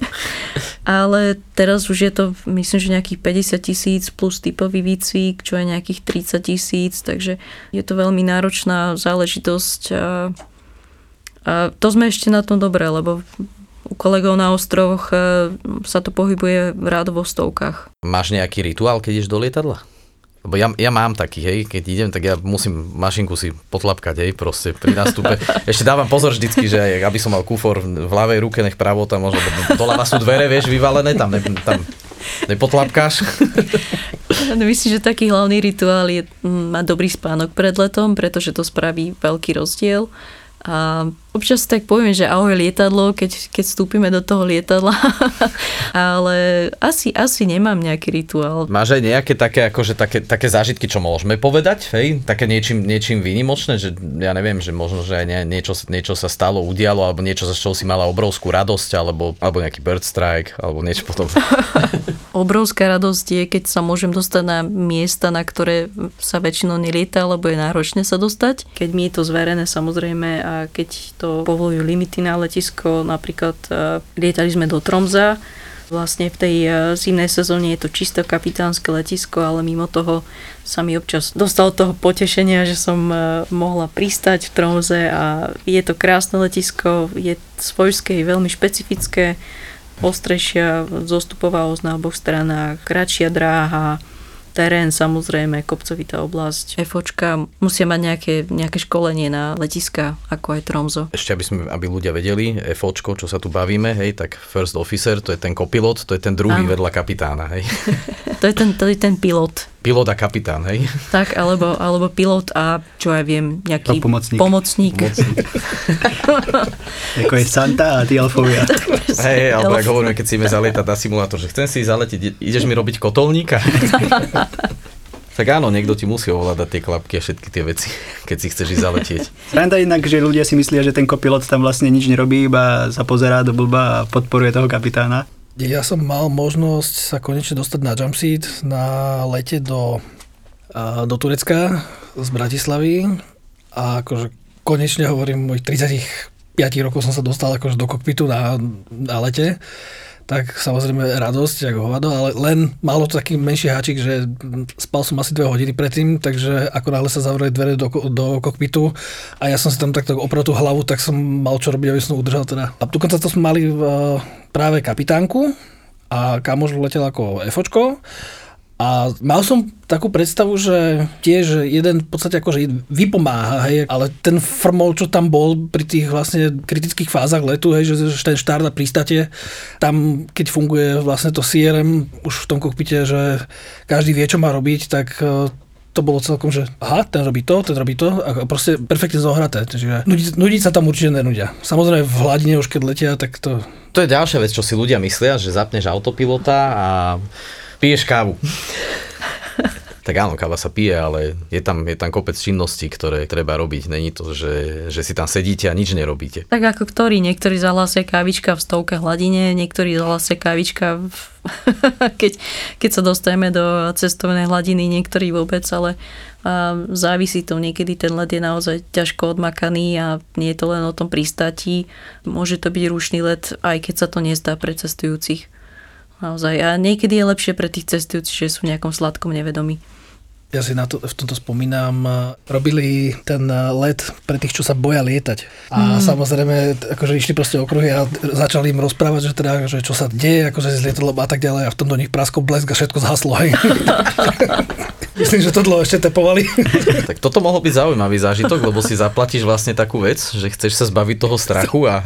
Ale teraz už je to, myslím, že nejakých päťdesiat tisíc plus typový výcvik, čo je nejakých tridsať tisíc, takže je to veľmi náročná záležitosť a, a to sme ešte na tom dobré, lebo u kolegov na ostrovoch sa to pohybuje rád vo stovkách. Máš nejaký rituál, keď ideš do lietadla? Lebo ja, ja mám taký, hej, keď idem, tak ja musím mašinku si potlapkať, hej, proste pri nástupe. Ešte dávam pozor vždycky, že aby som mal kufor v ľavej ruke, nech pravo tam možno, doľava sú dvere, vieš, vyvalené, tam, ne, tam nepotlapkáš. Myslím, že taký hlavný rituál je mať dobrý spánok pred letom, pretože to spraví veľký rozdiel. A občas tak poviem, že ahoj lietadlo, keď, keď vstúpime do toho lietadla, ale asi, asi nemám nejaký rituál. Máš aj nejaké také, akože také, také zážitky, čo môžeme povedať, hej? Také niečím, niečím výnimočné, že ja neviem, že možno, že aj nie, niečo, niečo sa stalo, udialo, alebo niečo, za čo si mala obrovskú radosť, alebo, alebo nejaký bird strike, alebo niečo podobné. Obrovská radosť je, keď sa môžem dostať na miesta, na ktoré sa väčšinou nelieta, lebo je náročné sa dostať. Keď mi je to zverené, samozrejme, a keď to povolujú limity na letisko, napríklad lietali sme do Tromsa, vlastne v tej zimnej sezóne je to čisto kapitánske letisko, ale mimo toho sa mi občas dostalo toho potešenia, že som mohla pristať v Tromse a je to krásne letisko, je svojské, veľmi špecifické, ostrejšia zostupová os na oboch stranách, kratšia dráha, terén, samozrejme, kopcovitá oblasť. FOčka musia mať nejaké, nejaké školenie na letiska, ako aj Tromso. Ešte, aby, sme, aby ľudia vedeli, FOčko, čo sa tu bavíme, hej, tak first officer, to je ten kopilot, to je ten druhý vedľa kapitána, hej. to, je ten, to je ten pilot. Pilot a kapitán, hej? Tak, alebo, alebo pilot a čo ja viem, nejaký pomocník. pomocník. pomocník. Ako je Santa a tí elfovia. Hej, alebo ak hovoríme, keď si ideme zalietať na simulátor, že chcem si zaletiť, ideš mi robiť kotolníka? Tak áno, niekto ti musí ovládať tie klapky a všetky tie veci, keď si chceš ísť zaletieť. Sranda inak, že ľudia si myslia, že ten kopilot tam vlastne nič nerobí, iba sa pozerá do blba a podporuje toho kapitána. Ja som mal možnosť sa konečne dostať na jump seat na lete do, do Turecka z Bratislavy a akože konečne hovorím, mojich tridsaťpäť rokov som sa dostal akože do kokpitu na, na lete. Tak samozrejme radosť, ako hovado, ale len malo to taký menší háčik, že spal som asi dve hodiny predtým, takže ako náhle sa zavreli dvere do, do kokpitu a ja som si tam takto oprel tú hlavu, tak som mal čo robiť, aby som udržal teda. A dokonca to sme mali uh, práve kapitánku a kamoš letel ako FOčko a mal som takú predstavu, že tiež jeden v podstate akože vypomáha, hej, ale ten frmol, čo tam bol pri tých vlastne kritických fázach letu, hej, že ten štart a pristate, tam keď funguje vlastne to C R M už v tom kokpite, že každý vie, čo má robiť, tak to bolo celkom, že aha, ten robí to, ten robí to a proste perfektne zohraté. Čiže nudiť, nudiť sa tam určite nenudia. Samozrejme v hladine už keď letia, tak to... To je ďalšia vec, čo si ľudia myslia, že zapneš autopilota a piješ kávu. Tak áno, káva sa pije, ale je tam, je tam kopec činností, ktoré treba robiť. Není to, že, že si tam sedíte a nič nerobíte. Tak ako ktorí, niektorí zahlásia kávička v stovke hladine, niektorí zahlásia kávička v... keď, keď sa dostaneme do cestovnej hladiny, niektorí vôbec, ale a závisí to. Niekedy ten let je naozaj ťažko odmakaný a nie je to len o tom pristáti. Môže to byť rušný let, aj keď sa to nezdá pre cestujúcich. Naozaj. A niekedy je lepšie pre tých cestujúcich, že sú v nejakom sladkom nevedomí. Ja si na to, v tomto spomínam, robili ten let pre tých, čo sa boja lietať. A mm. samozrejme, akože išli proste okruhy a začali im rozprávať, že teda, že čo sa deje, akože z lietadlom a tak ďalej a v tom do nich praskol blesk a všetko zhaslo. Hej. Myslím, že to dlho ešte tepovali. Tak toto mohol byť zaujímavý zážitok, lebo si zaplatíš vlastne takú vec, že chceš sa zbaviť toho strachu a...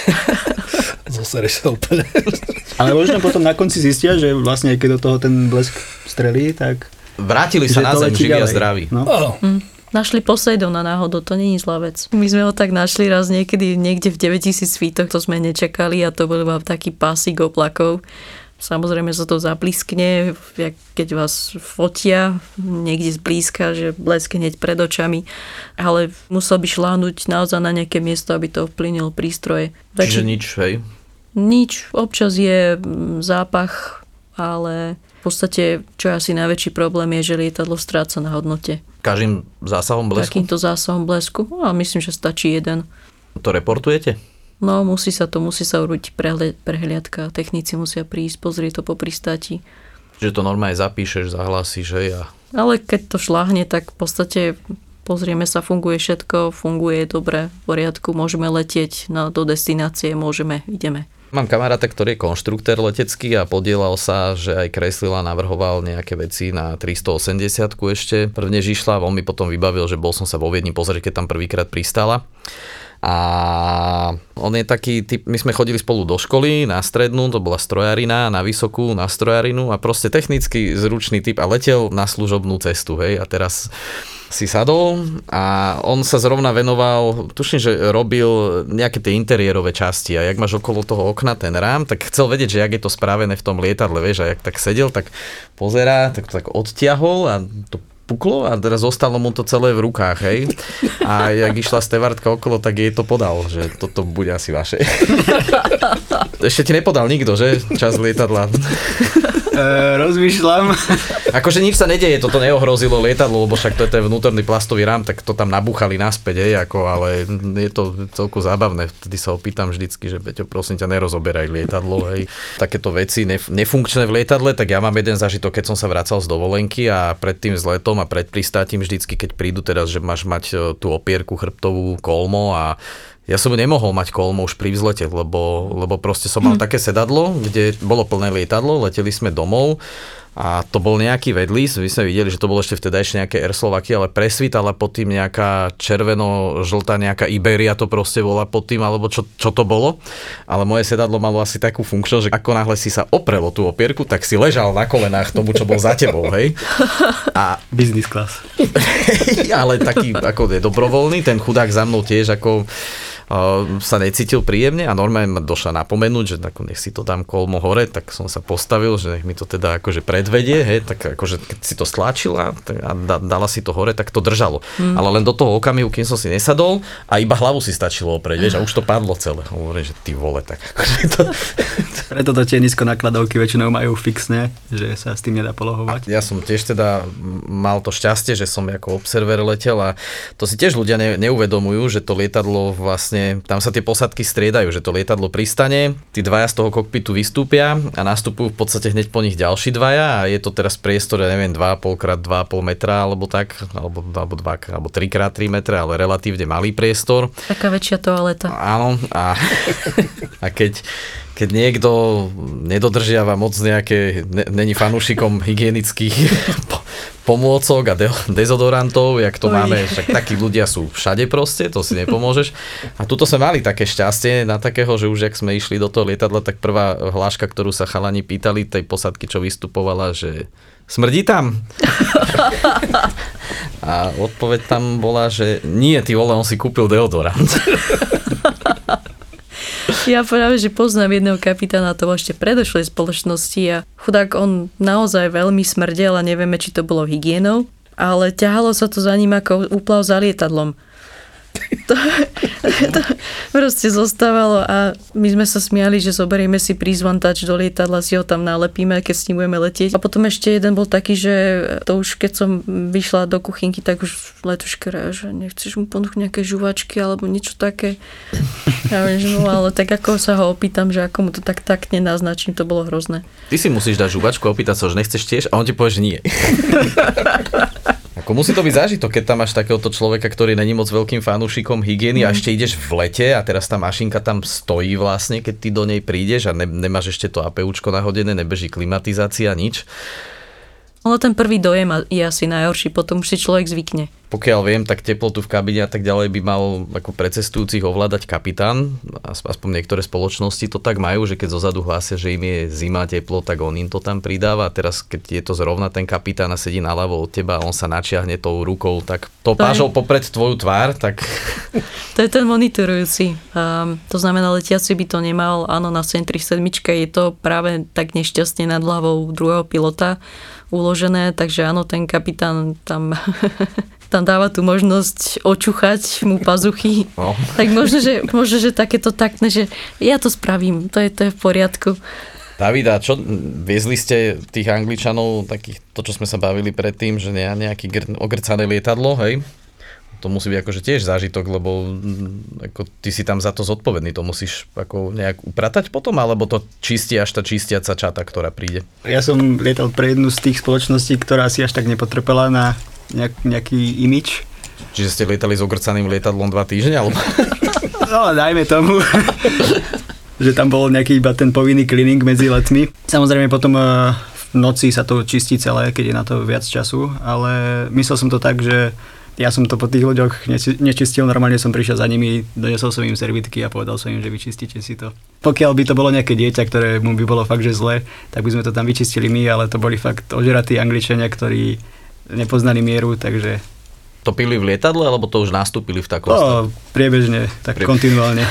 Zosereš sa úplne. Ale možno potom na konci zistia, že vlastne keď do toho ten blesk strelí, tak... Vrátili sa na zem živí a zdraví. No. Oh. Hm. Našli Poseidona náhodou, to nie je zlá vec. My sme ho tak našli raz niekedy niekde v deväťtisíc feetoch, to sme nečakali a to bol iba taký pásik oblakov. Samozrejme sa to zabliskne, keď vás fotia niekde zblízka, že blesk hneď pred očami, ale musel by šláhnuť naozaj na nejaké miesto, aby to ovplyvnil prístroje. Čiže nič, hej? Nič, občas je zápach, ale v podstate, čo je asi najväčší problém, je, že lietadlo stráca na hodnote. Každým zásahom blesku? Takýmto zásahom blesku? No, myslím, že stačí jeden. To reportujete? No, musí sa to, musí sa urobiť prehli- prehliadka. Technici musia prísť, pozrieť to po pristáti. Že to normálne zapíšeš, zahlásíš, hej? A... Ale keď to šláhne, tak v podstate pozrieme sa, funguje všetko, funguje dobre, v poriadku, môžeme letieť na, do destinácie, môžeme, ideme. Mám kamaráta, ktorý je konštruktér letecký a podielal sa, že aj kreslil a navrhoval nejaké veci na tristoosemdesiat ešte. Prvne išla, on mi potom vybavil, že bol som sa vo Viedni pozrieť, keď tam prvýkrát pristala. A on je taký typ, my sme chodili spolu do školy, na strednú, to bola strojarina, na vysokú, na strojarinu a proste technicky zručný typ a letel na služobnú cestu, hej, a teraz si sadol a on sa zrovna venoval, tuším, že robil nejaké tie interiérové časti a jak máš okolo toho okna ten rám, tak chcel vedieť, že jak je to spravené v tom lietadle, vieš, a jak tak sedel, tak pozerá, tak to tak odtiahol a to puklo a teraz zostalo mu to celé v rukách, hej. A jak išla stevardka okolo, tak jej to podal, že toto bude asi vaše. Ešte ti nepodal nikto, že? Čas lietadla. E, rozmýšľam. Akože nič sa nedeje, toto neohrozilo lietadlo, lebo však to je ten vnútorný plastový rám, tak to tam nabúchali naspäť, hej, ako, ale je to celku zábavné. Vtedy sa opýtam vždycky, že Peťo, prosím ťa, nerozoberaj lietadlo, hej. Takéto veci nef- nefunkčné v lietadle, tak ja mám jeden zážitok, keď som sa vracal z dovolenky a pred tým vzletom a pred pristátím vždycky, keď prídu teraz, že máš mať tú opierku chrbtovú, kolmo a ja som nemohol mať kolmo už pri vzlete, lebo, lebo proste som mal hm. také sedadlo, kde bolo plné lietadlo, leteli sme domov a to bol nejaký vedlíz, my sme videli, že to bolo ešte vtedy ešte nejaké Air Slovakia, ale presvítala pod tým nejaká červeno-žltá, nejaká Iberia to proste bola pod tým, alebo čo, čo to bolo. Ale moje sedadlo malo asi takú funkčnosť, že ako náhle si sa oprelo tú opierku, tak si ležal na kolenách tomu, čo bol za tebou, hej. A business class. Ale taký ako je dobrovoľný, ten chudák za mnou tiež ako Uh, sa necítil príjemne a normálne ma došla napomenúť, že ako nech si to dám kolmo hore, tak som sa postavil, že nech mi to teda akože predvedie, hej, tak akože keď si to stlačila a da, dala si to hore, tak to držalo. Mm. Ale len do toho okamihu, kým som si nesadol a iba hlavu si stačilo oprieť, vieš, a už to padlo celé. Hovorím, že ty vole, tak akože to... Preto to tie nízkonakladovky väčšinou majú fixne, že sa s tým nedá polohovať. Ja som tiež teda mal to šťastie, že som ako observer letel a to si tiež ľudia ne, neuvedomujú, že to lietadlo vlastne tam sa tie posadky striedajú, že to lietadlo pristane, tí dvaja z toho kokpitu vystúpia a nastupujú v podstate hneď po nich ďalší dvaja a je to teraz priestor, ja neviem, dva a pol krát dva a pol metra alebo tak, alebo, alebo, dva, alebo tri krát tri metra, ale relatívne malý priestor. Taká väčšia toaleta. Áno, a, a keď keď niekto nedodržiava moc nejaké, ne, není fanúšikom hygienických pomôcok a de, dezodorantov, jak to Oj. máme, však takí ľudia sú všade proste, to si nepomôžeš. A tuto sme mali také šťastie na takého, že už jak sme išli do toho lietadla, tak prvá hláška, ktorú sa chalani pýtali tej posadky, čo vystupovala, že smrdí tam? A odpoveď tam bola, že nie, ty vole, on si kúpil deodorant. Ja práve, že poznám jedného kapitána, to ešte predošlej spoločnosti a chudák on naozaj veľmi smrdel a nevieme, či to bolo hygienou, ale ťahalo sa to za ním ako úplav za lietadlom. To, to proste zostávalo a my sme sa smiali, že zoberieme si prízvantač do lietadla, si ho tam nalepíme, keď s ním budeme letieť. A potom ešte jeden bol taký, že to už keď som vyšla do kuchynky, tak už letuška, že nechceš mu ponúknuť nejaké žuvačky alebo niečo také. Ja viem, že no, ale tak ako sa ho opýtam, že ako mu to tak tak nenaznačím, to bolo hrozné. Ty si musíš dať žuvačku a opýtať sa, že nechceš tiež a on ti povie, že nie. Ako musí to byť zážitok, keď tam máš takéhoto človeka, ktorý není moc veľkým fanúšikom hygieny mm. a ešte ideš v lete a teraz tá mašinka tam stojí vlastne, keď ty do nej prídeš a ne, nemáš ešte to APUčko nahodené, nebeží klimatizácia, nič. Ale ten prvý dojem je asi najhorší, potom už si človek zvykne. Pokiaľ viem, tak teplotu v kabíne a tak ďalej by mal ako pre cestujúcich ovládať kapitán. Aspoň niektoré spoločnosti to tak majú, že keď zozadu hlásia, že im je zima, teplo, tak on im to tam pridáva. A teraz, keď je to zrovna ten kapitán a sedí naľavo od teba a on sa načiahne tou rukou, tak to, to pážol je... popred tvoju tvár, tak... To je ten monitorujúci. Um, to znamená, letiaci by to nemal. Áno, na Centri sedmičke je to práve tak nešťastne nad hlavou druhého pilota uložené, takže áno, ten kapitán tam, tam dáva tú možnosť očuchať mu pazuchy. No. Tak možno, že, možno, že takéto taktné, že ja to spravím, to je, to je v poriadku. Davida, čo viezli ste tých Angličanov, takých, to čo sme sa bavili predtým, že nejaké gr- ogrcané lietadlo, hej? To musí byť akože tiež zážitok, lebo ako, ty si tam za to zodpovedný, to musíš ako nejak upratať potom, alebo to čistí až tá čistiaca čata, ktorá príde? Ja som lietal pre jednu z tých spoločností, ktorá si až tak nepotrpela na nejak, nejaký imič. Čiže ste lietali s ogrcaným lietadlom dva týždne, alebo? No, dajme tomu, že tam bol nejaký iba ten povinný cleaning medzi letmi. Samozrejme potom v noci sa to čistí celé, keď je na to viac času, ale myslel som to tak, že ja som to po tých ľuďoch nečistil, normálne som prišiel za nimi, donesol som im servitky a povedal som im, že vyčistíte si to. Pokiaľ by to bolo nejaké dieťa, ktoré mu by bolo fakt, že zle, tak by sme to tam vyčistili my, ale to boli fakt ožratí Angličania, ktorí nepoznali mieru, takže... To pili v lietadle, alebo to už nastúpili v takom stavu? Priebežne, tak Prie... kontinuálne.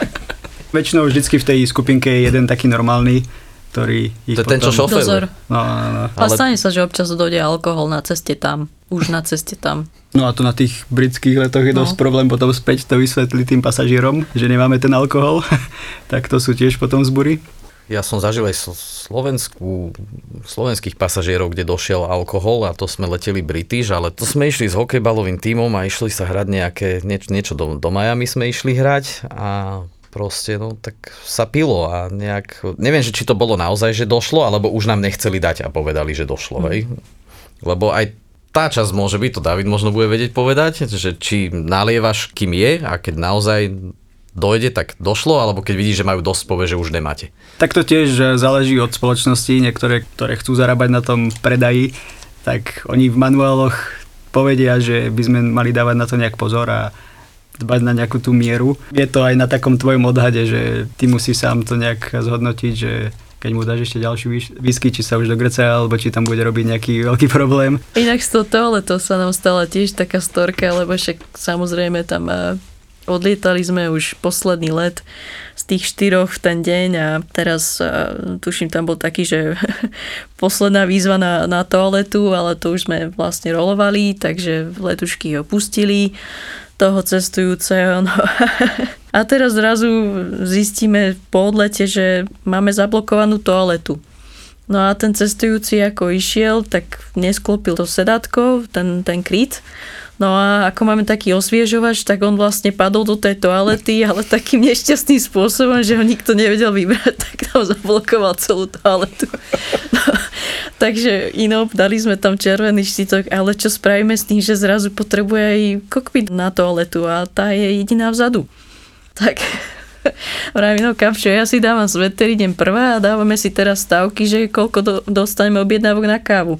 Väčšinou vždycky v tej skupinke je jeden taký normálny, ktorý ich to potom... ten, čo šofér. No, no, no. Ale stane sa, že občas dojde alkohol na ceste tam. Už na ceste tam. No a to na tých britských letoch je no. dosť problém potom späť to vysvetliť tým pasažierom, že nemáme ten alkohol. Tak to sú tiež potom vzbury. Ja som zažil aj Slovensku, slovenských pasažierov, kde došiel alkohol a to sme leteli British, ale to sme išli s hokejbalovým tímom a išli sa hrať nejaké, nieč, niečo do, do Miami sme išli hrať a proste, no tak sa pilo a nejak, neviem, že či to bolo naozaj, že došlo, alebo už nám nechceli dať a povedali, že došlo, mm. hej. Lebo aj tá časť môže byť, to David možno bude vedieť povedať, že či nalievaš, kým je a keď naozaj dojde, tak došlo, alebo keď vidíš, že majú dosť, povie, že už nemáte. Tak to tiež záleží od spoločnosti, niektoré, ktoré chcú zarábať na tom predaji, tak oni v manuáloch povedia, že by sme mali dávať na to nejak pozor a dbať na nejakú tú mieru. Je to aj na takom tvojom odhade, že ty musíš sám to nejak zhodnotiť, že keď mu dáš ešte ďalší whisky, či sa už dogrca, alebo či tam bude robiť nejaký veľký problém. Inak z toho toaleto sa nám stala tiež taká storka, lebo však samozrejme tam odlietali sme už posledný let z tých štyroch v ten deň a teraz tuším, tam bol taký, že posledná výzva na, na toaletu, ale to už sme vlastne rolovali, takže letušky ho pustili toho cestujúceho. No. A teraz zrazu zistíme po odlete, že máme zablokovanú toaletu. No a ten cestujúci ako išiel, tak nesklopil to sedátko, ten, ten kryt. No a ako máme taký osviežovač, tak on vlastne padol do tej toalety, ale takým nešťastným spôsobom, že ho nikto nevedel vybrať, tak tam zablokoval celú toaletu. No, takže inop, dali sme tam červený štítok, ale čo spravíme s tým, že zrazu potrebuje aj kokpit na toaletu a tá je jediná vzadu. Tak vravím, no kapčo, ja si dávam sveter, idem prvá a dávame si teraz stavky, že koľko do, dostaneme objednávok na kávu.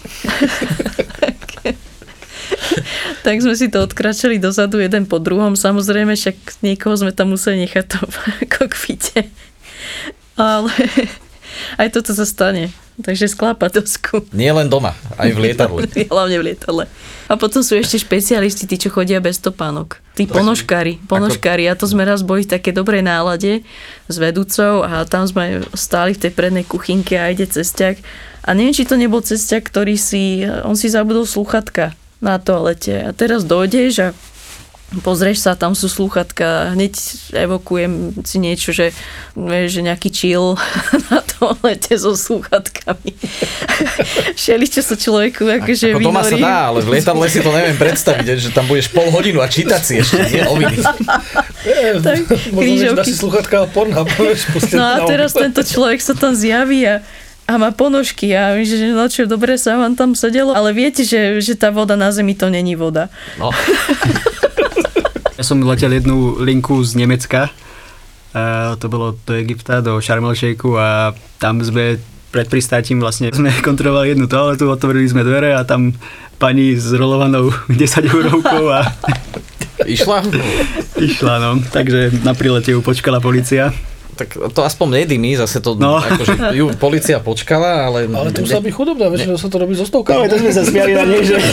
Tak sme si to odkračali dozadu jeden po druhom. Samozrejme, však niekoho sme tam museli nechať to v kokpite. Ale aj toto sa stane. Takže sklápa dosku. Nie len doma, aj v lietadle. Hlavne v lietadle. A potom sú ešte špecialisti, tí, čo chodia bez topánok. Tí ponožkári. Ponožkári. A to sme raz boli v takej dobrej nálade s vedúcou a tam sme stáli v tej prednej kuchynke a ide cesťak. A neviem, či to nebol cesťak, ktorý si, on si zabudol slúchatka na toalete. A teraz dojdeš a pozrieš sa, tam sú slúchatka, hneď evokujem si niečo, že, že nejaký chill na toalete so slúchatkami. Všeli, čo sa človeku akože vynorí. Ako doma sa dá, ale v lietadle si to neviem predstaviť, že tam budeš pol hodinu a čítať si ešte, nie noviny. Tak, možno, že dá si slúchatka a Pornhub. No a teraz tento človek sa tam zjaví a a má ponožky a my, že no čo, dobre sa vám tam sedelo, ale viete, že, že tá voda na zemi to není voda. No. Ja som letel jednu linku z Nemecka, a to bolo do Egypta, do Sharm el-Sheikhu a tam sme pred pristátím vlastne sme kontrolovali jednu toaletu, otvorili sme dvere a tam pani s rolovanou desať eurovkou a Išla? Išla, no. Takže na prilete ju počkala polícia. Tak to aspoň nedymí, zase to, no. akože ju polícia počkala, ale... Ale to musela byť chudobná, väčšinou sa to robí so stovkami. No, to sme sa smiali na nej, že...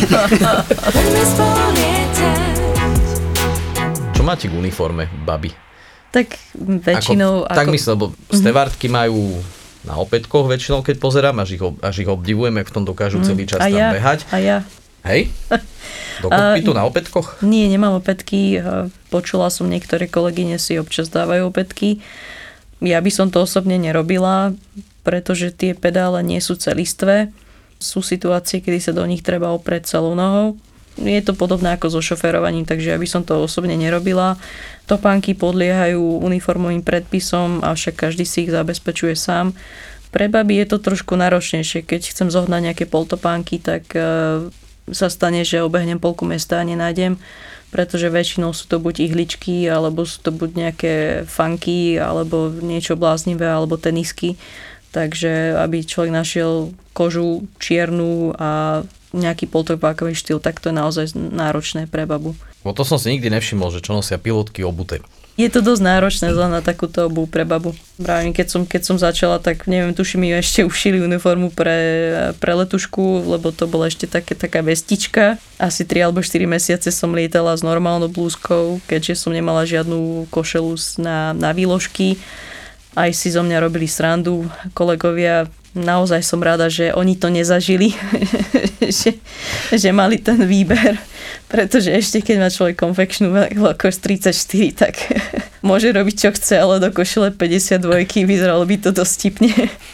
Čo máte k uniforme, babi? Tak väčšinou... Ako, ako... Tak myslím, lebo stevardky majú na opätkoch väčšinou, keď pozerám, až ich, až ich obdivujem, jak v tom dokážu celý čas a tam ja, behať. A ja. Hej? Do kokpitu na opätkoch? Nie, nemám opätky. Počula som, niektoré kolegyne si občas dávajú opätky. Ja by som to osobne nerobila, pretože tie pedále nie sú celistvé. Sú situácie, kedy sa do nich treba oprieť celou nohou. Je to podobné ako so šoférovaním, takže ja by som to osobne nerobila. Topánky podliehajú uniformovým predpisom, avšak každý si ich zabezpečuje sám. Pre baby je to trošku náročnejšie. Keď chcem zohnať nejaké poltopánky, tak sa stane, že obehnem polku mesta a nenájdem, pretože väčšinou sú to buď ihličky, alebo sú to buď nejaké funky, alebo niečo bláznivé, alebo tenisky. Takže aby človek našiel kožu čiernu a nejaký poltopánkový štýl, tak to je naozaj náročné pre babu. Bo to som si nikdy nevšimol, že čo nosia pilotky obuté. Je to dosť náročné na takúto obu pre babu. Právě keď som, keď som začala, tak neviem, tuším, mi ešte ušili uniformu pre, pre letušku, lebo to bola ešte také, taká vestička. Asi tri alebo štyri mesiace som lietala s normálnou blúzkou, keďže som nemala žiadnu košelu na, na výložky. Aj si zo mňa robili srandu kolegovia. Naozaj som rada, že oni to nezažili, že, že mali ten výber, pretože ešte keď má človek konfekčnú veľkosť tridsaťštyri, tak môže robiť čo chce, ale do košele päťdesiatdva vyzeralo by to dosť tipne.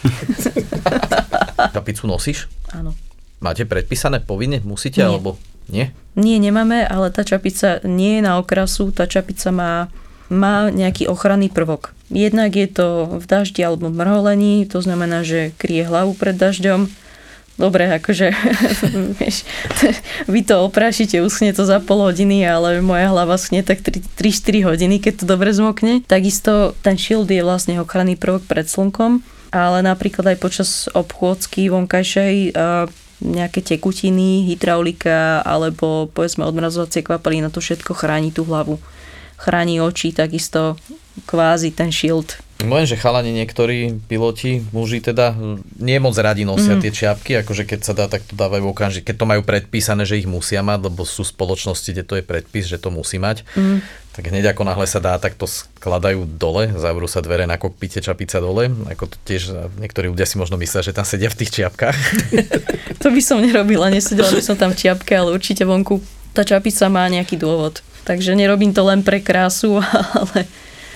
Čapicu nosíš? Áno. Máte predpísané povinne? Musíte, Nie. alebo nie? Nie, nemáme, ale tá čapica nie je na okrasu, tá čapica má, má nejaký ochranný prvok. Jednak je to v daždi alebo mrholení, to znamená, že kryje hlavu pred dažďom. Dobre, akože vieš, vy to oprášite, uschne to za pol hodiny, ale moja hlava schne tak tri štyri hodiny, keď to dobre zmokne. Takisto ten shield je vlastne ochranný prvok pred slnkom, ale napríklad aj počas obchôdzky vonkajšej nejaké tekutiny, hydraulika alebo povedzme odmrazovacie kvapaliny, to všetko chráni tú hlavu. Chráni oči, takisto kvázi ten shield. Môžem, že chalani niektorí piloti, muži teda nie moc radi nosia mm. tie čiapky, akože keď sa dá, tak to dávajú okamžite, keď to majú predpísané, že ich musia mať, lebo sú spoločnosti, kde to je predpis, že to musí mať, mm. tak hneď ako náhle sa dá, tak to skladajú dole, zavrú sa dvere na kokpite, čapica dole, ako to tiež niektorí ľudia si možno myslia, že tam sedia v tých čiapkách. To by som nerobila, nesedela by som tam v čiapke, ale určite vonku tá čapica má nejaký dôvod. Takže nerobím to len pre krásu, ale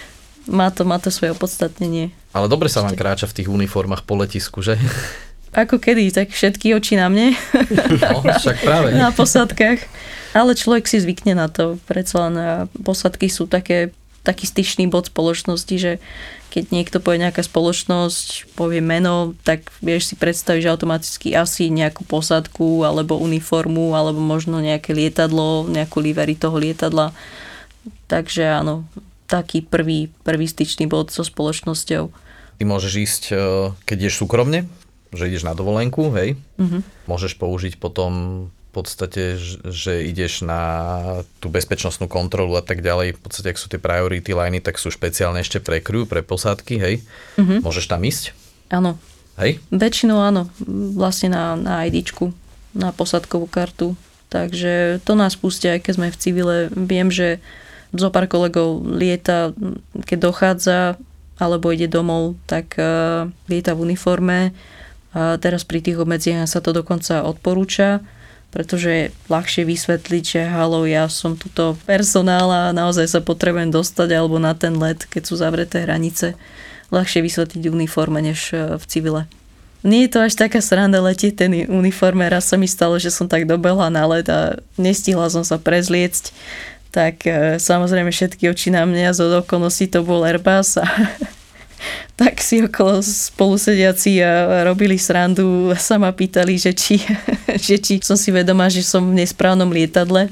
má to, má to svoje opodstatnenie. Ale dobre sa vám kráča v tých uniformách po letisku, že? Ako kedy, tak všetky oči na mne. No, však práve. Na posádkach. Ale človek si zvykne na to. Predsa len posádky sú také, taký styčný bod spoločnosti, že keď niekto povie nejaká spoločnosť, povie meno, tak vieš si predstaviť, že automaticky asi nejakú posádku, alebo uniformu, alebo možno nejaké lietadlo, nejakú livery toho lietadla. Takže áno, taký prvý, prvý styčný bod so spoločnosťou. Ty môžeš ísť, keď ideš súkromne, že ideš na dovolenku, hej? Mm-hmm. Môžeš použiť potom v podstate, že ideš na tú bezpečnostnú kontrolu a tak ďalej. V podstate, ak sú tie priority liney, tak sú špeciálne ešte pre crew, pre posádky, hej? Mm-hmm. Môžeš tam ísť? Áno. Hej? Väčšinou áno. Vlastne na, na IDčku, na posádkovú kartu. Takže to nás pustia, aj keď sme v civile. Viem, že zo pár kolegov lieta, keď dochádza alebo ide domov, tak uh, lieta v uniforme. A teraz pri tých obmedzeniach sa to dokonca odporúča, pretože je ľahšie vysvetliť, že haló, ja som tuto personál a naozaj sa potrebujem dostať alebo na ten let, keď sú zavreté hranice. Ľahšie vysvetliť v uniforme než v civile. Nie je to až taká sranda letieť ten uniforme. Raz sa mi stalo, že som tak dobehla na let a nestihla som sa prezliecť. Tak samozrejme všetky oči na mňa, z okolností to bol Airbus a tak si okolo spolusediaci a robili srandu a sa ma pýtali, že či, že či som si vedomá, že som v nesprávnom lietadle.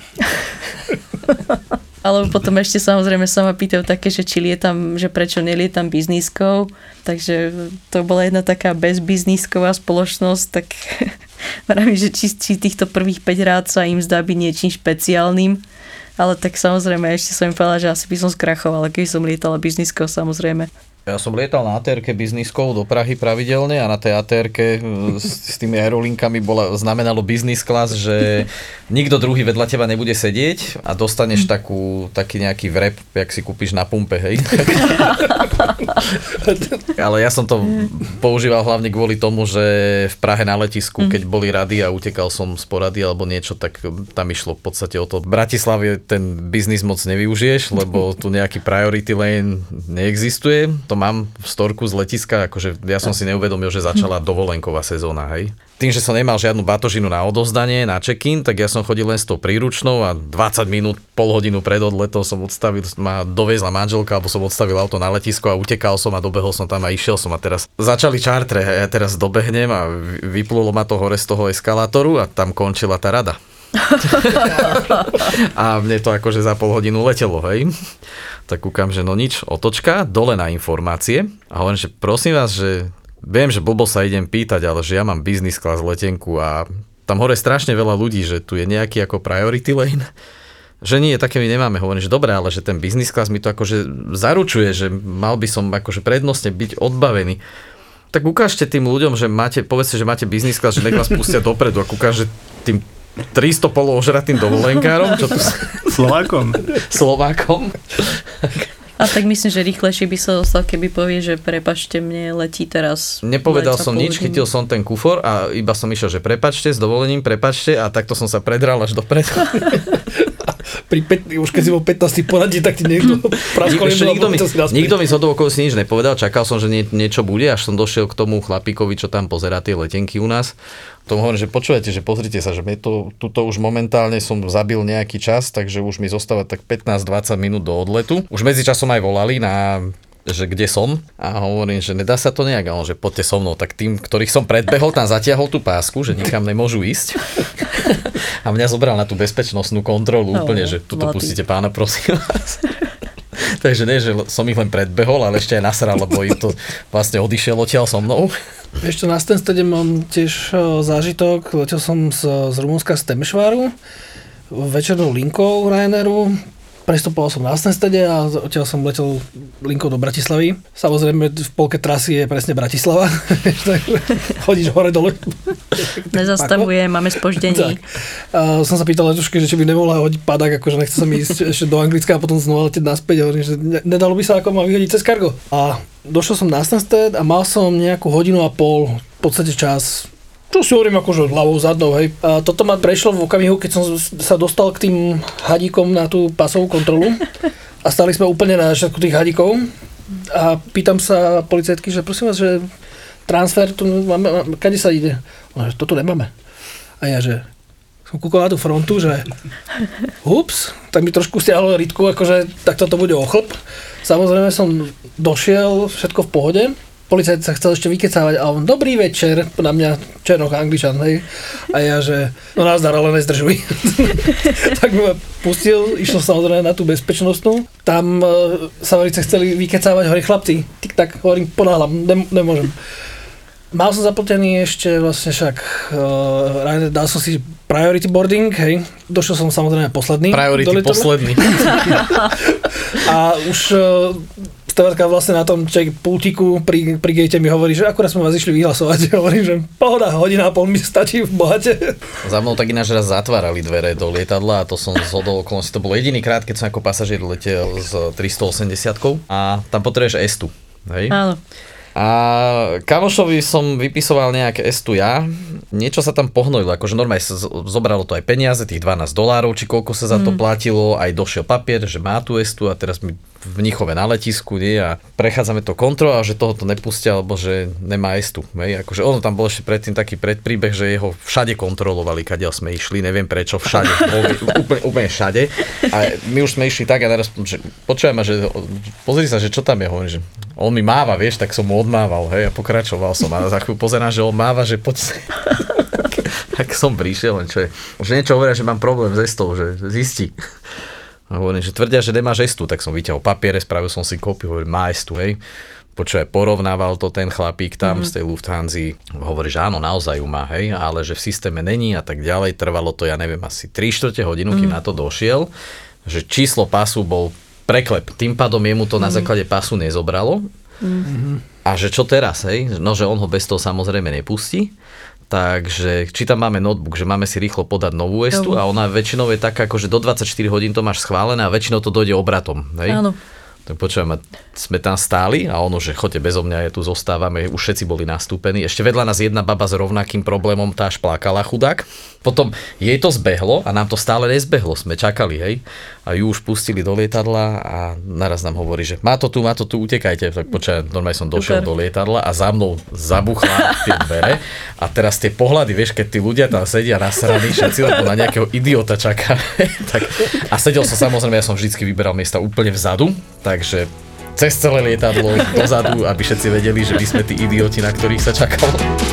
Alebo potom ešte samozrejme sa ma pýtajú také, že či lietam, že prečo nelietam bizniskou. Takže to bola jedna taká bezbiznisková spoločnosť, tak vravím, že či, či týchto prvých päť rád sa im zdá byť niečím špeciálnym. Ale tak samozrejme ešte som im povedala, že asi by som skrachovala, keby som lietala bizniskou, samozrejme. Ja som lietal na á té erke bizniskou do Prahy pravidelne a na tej á té erke s, s tými aerolinkami bola, znamenalo business class, že nikto druhý vedľa teba nebude sedieť a dostaneš takú, taký nejaký vrep, jak si kúpiš na pumpe, hej. Ale ja som to používal hlavne kvôli tomu, že v Prahe na letisku, keď boli rady a utekal som z porady alebo niečo, tak tam išlo v podstate o to. V Bratislave ten biznis moc nevyužiješ, lebo tu nejaký priority lane neexistuje. To mám v storku z letiska, akože ja som si neuvedomil, že začala dovolenková sezóna, hej. Tým, že som nemal žiadnu batožinu na odovzdanie, na check-in, tak ja som chodil len s tou príručnou a dvadsať minút, pol hodinu pred odletom som odstavil, ma doviezla manželka, alebo som odstavil auto na letisko a utekal som a dobehol som tam a išiel som a teraz začali čártre a ja teraz dobehnem a vyplulo ma to hore z toho eskalátoru a tam končila tá rada. A mne to akože za pol hodinu letelo, hej. Tak kúkam, že no nič, otočka, dole na informácie a hovorím, že prosím vás, že viem, že blbo sa idem pýtať, ale že ja mám business class letenku a tam hore strašne veľa ľudí, že tu je nejaký ako priority lane, že nie, také my nemáme. Hovorím, že dobré, ale že ten business class mi to akože zaručuje, že mal by som akože prednostne byť odbavený. Tak ukážte tým ľuďom, že máte, povedzte, že máte business class, že nech vás pustia dopredu a ukáž, že tým tristo poloožratým dovolenkárom, čo tu... Slovákom. Slovákom. A tak myslím, že rýchlejšie by sa dostal, keby povie, že prepačte, mne letí teraz. Nepovedal som nič, chytil som ten kufor a iba som išiel, že prepačte, s dovolením, prepačte a takto som sa predral až dopredu. Pri päť, už keď si bol pätnásty poradí, tak ti niekto praskol. Ešte nikto mi, nikto mi z hodou okolností nič nepovedal, čakal som, že nie, niečo bude, až som došiel k tomu chlapíkovi, čo tam pozerá tie letenky u nás. Tomu hovorím, že počujete, že pozrite sa, že mi to, tuto už momentálne som zabil nejaký čas, takže už mi zostáva tak pätnásť dvadsať minút do odletu. Už medzičasom aj volali na... že kde som a hovorím, že nedá sa to nejak, ale že poďte so mnou, tak tým, ktorých som predbehol, tam zatiahol tú pásku, že nikam nemôžu ísť a mňa zobral na tú bezpečnostnú kontrolu no, úplne, že tuto pustíte pána, prosím vás. Takže nie, že som ich len predbehol, ale ešte aj nasral, lebo im to vlastne odišiel odtiaľ so mnou. Ešte na Stanstede mám tiež zážitok, letel som z, z Rumunska z Temešváru večernou linkou Ryanairu. Prestupoval som na Stanstede a odtiaľ som letel linkou do Bratislavy. Samozrejme v polke trasy je presne Bratislava. Chodíš hore dole. Nezastavuje, máme spoždenie. Tak. A som sa pýtal letušky, že či by nemohla hodiť padák, akože nechce sa mi ísť ešte do Anglicka a potom znova letieť naspäť. Hovorím, že nedalo by sa ako ma vyhodiť cez cargo. A došiel som na Stansted a mal som nejakú hodinu a pol, v podstate čas. Čo si hovorím akože hlavou zadnou, hej. A toto ma prešlo v okamihu, keď som sa dostal k tým hadíkom na tú pasovú kontrolu a stali sme úplne na začiatku tých hadíkov a pýtam sa policajtky, že prosím vás, že transfer, tu máme, kade sa ide? No, že toto nemáme. A ja, že som kúkol na tú frontu, že ups, tak mi trošku stiahlo rytku, akože tak toto bude ochlp. Samozrejme som došiel, všetko v pohode. Policajt sa chcel ešte vykecávať a on, dobrý večer, na mňa Černoch Angličan, hej. A ja, že no názdar, ale nezdržuj. Tak ma pustil, išiel samozrejme na tú bezpečnostnú. Tam uh, sa velice chceli vykecávať, hovorí chlapci, tik tak, hovorím, ponáhľam, nem, nemôžem. Mal som zaplatený ešte vlastne však, uh, dal som si priority boarding, hej. Došiel som samozrejme posledný. Priority posledný. A už... Uh, Stevarka vlastne na tom check pultiku pri, pri gate mi hovorí, že akurát sme vás išli vyhlasovať. Hovorím, že pohoda, hodina a pol mi stačí v bohate. Za mnou tak ináč raz zatvárali dvere do lietadla a to som zhodol okolností. To bol jediný krát, keď som ako pasažier letel s tristoosemdesiatkou a tam potrebuješ estu. Hej? Áno. A kamošovi som vypisoval nejaké estu ja, niečo sa tam pohnojilo, akože normálne zobralo to aj peniaze, tých dvanásť dolárov, či koľko sa za to platilo, aj došiel papier, že má tu estu a teraz mi v Mníchove na letisku, nie, a prechádzame to kontrola, že toho to nepustia, alebo že nemá estu. Hej. Akože ono tam bol ešte predtým taký predpríbeh, že jeho všade kontrolovali, kadiaľ sme išli, neviem prečo, všade, úplne, úplne všade. A my už sme išli tak a naraz, že počujem ma, že pozri sa, že čo tam je, hovorím, že on mi máva, vieš, tak som mu odmával, hej, a pokračoval som a za chvíľu pozerám, že on máva, že poď tak som prišiel, len čo je, že niečo hovoria, že mám problém s estou, že zistí. A hovorím, že tvrdia, že nemá estu, tak som vyťahol papiere, spravil som si kópiu, hovorím, má estu, hej. Počuaj, porovnával to ten chlapík tam mm. z tej Lufthansy, hovorí, že áno, naozaj ju má, hej, ale že v systéme není a tak ďalej, trvalo to, ja neviem, asi tri štvrte hodinu, kým mm. na to došiel, že číslo pasu bol preklep, tým pádom jemu to mm. na základe pasu nezobralo mm. a že čo teraz, hej, no, že on ho bez toho samozrejme nepustí. Takže či tam máme notebook, že máme si rýchlo podať novú estu a ona väčšinou je taká, ako že do dvadsaťštyri hodín to máš schválené a väčšinou to dojde obratom. Hej? Áno. Tak počujem, sme tam stáli a ono, že choďte bezo mňa, ja tu zostávame, už všetci boli nastúpení. Ešte vedľa nás jedna baba s rovnakým problémom, tá až plakala, chudák. Potom jej to zbehlo a nám to stále nezbehlo, sme čakali, hej. A ju už pustili do lietadla a naraz nám hovorí, že má to tu, má to tu, utekajte. Tak počujem, normálne som došiel Super. do lietadla a za mnou zabuchla tie dvere a teraz tie pohľady, vieš, keď tí ľudia tam sedia nasraní, všetci lebo na nejakého idiota čaká. tak, a sedel som samozrejme, ja som vždycky vyberal miesta úplne vzadu, takže cez celé lietadlo dozadu, aby všetci vedeli, že my sme tí idioti, na ktorých sa čakalo.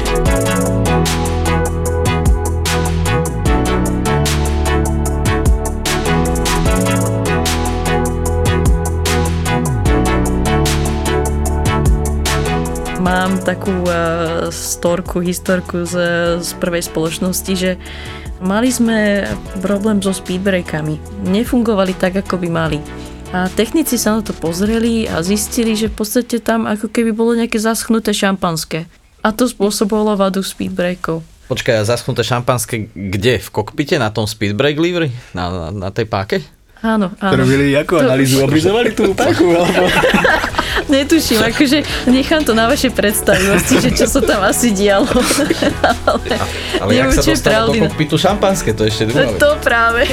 Mám takú uh, storku, historku z, z prvej spoločnosti, že mali sme problém so speedbreakami. Nefungovali tak, ako by mali. A technici sa na to pozreli a zistili, že v podstate tam ako keby bolo nejaké zaschnuté šampanské. A to spôsobovalo vadu speedbreakov. Počkaj, a zaschnuté šampanské kde? V kokpite na tom speedbreak lever? Na, na, na tej páke? Áno, áno. Robili ako analýzu, obrizovali tú páku? Alebo... Netuším, akože nechám to na vašej predstavivosti, že čo sa tam asi dialo. ale a, ale jak sa dostalo do kokpitu šampanské, to ešte druhá vec. To práve.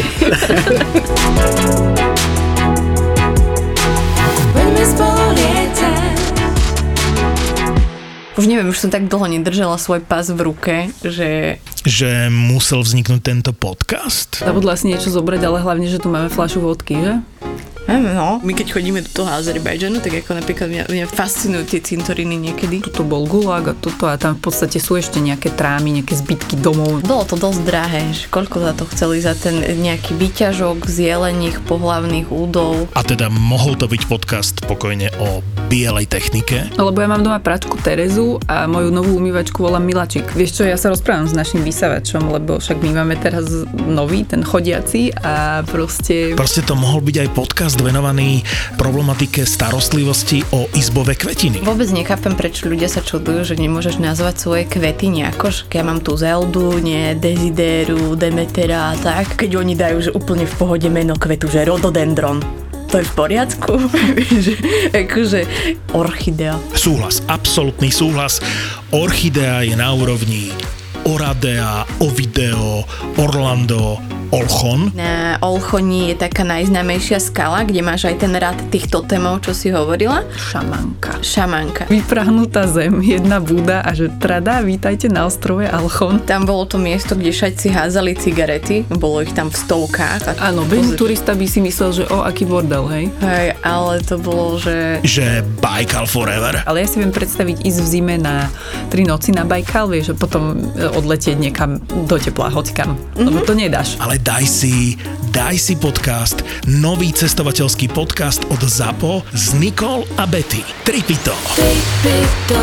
Už neviem, už som tak dlho nedržala svoj pás v ruke, že... Že musel vzniknúť tento podcast? Zabudla si niečo zobrať, ale hlavne, že tu máme fľašu vodky, že? No, my keď chodíme do toho Azerbajdžanu, tak ako napríklad mňa, mňa fascinujú tie cintoriny niekedy. Tuto bol gulag a toto a tam v podstate sú ešte nejaké trámy, nejaké zbytky domov. Bolo to dosť drahé, že koľko za to chceli za ten nejaký výťažok z jelených pohlavných údov. A teda mohol to byť podcast pokojne o bielej technike? Lebo ja mám doma pračku Terezu a moju novú umývačku volám Milačik. Vieš čo, ja sa rozprávam s našim vysavačom, lebo však my máme teraz nový, ten chodiaci a proste... Proste to mohol byť aj podcast venovaný problematike starostlivosti o izbové kvetiny. Vôbec nechápem, prečo ľudia sa čudujú, že nemôžeš nazvať svoje kvety nejako, že ja mám tu Zeldu, nie Desidéru, Demetera a tak. Keď oni dajú, že úplne v pohode meno kvetu, že Rhododendron. To je v poriadku? akože orchidea. Súhlas, absolútny súhlas. Orchidea je na úrovni Oradea, Ovideo, Orlando, Olchon. Na Olchoni je taká najznámejšia skala, kde máš aj ten rad tých totemov, čo si hovorila. Šamanka. Šamanka. Vyprahnutá zem, jedna búda a že trada, vítajte na ostrove Olchon. Tam bolo to miesto, kde šajci házali cigarety, bolo ich tam v stovkách. Áno, bežný turista by si myslel, že o, aký bordel, hej? Hej, ale to bolo, že... Že Baikal forever. Ale ja si viem predstaviť ísť v zime na tri noci na Baikal, vieš, a potom odletieť niekam do tepla, hocikam. Mm-hmm. Lebo to nedáš. Ale daj si, daj si podcast, nový cestovateľský podcast od ZAPO s Nicole a Betty. Tripito. Tripito.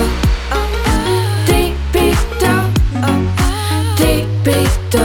Tripito. Tripito.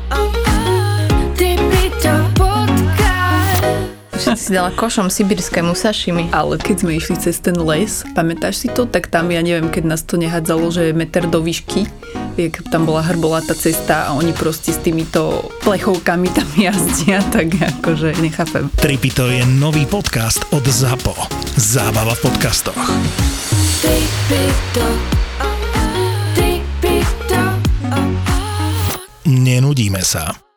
Tripito. Podcast. Všetci si dala košom sibirskému sašimi. Ale keď sme išli cez ten les, pamätáš si to? Tak tam, ja neviem, keď nás to nehádzalo, že meter do výšky, jak tam bola hrbolatá cesta a oni proste s týmito plechovkami tam jazdia, tak akože nechápem. Tripito je nový podcast od ZAPO. Zábava v podcastoch. Tripito. Tripito. Nenudíme sa.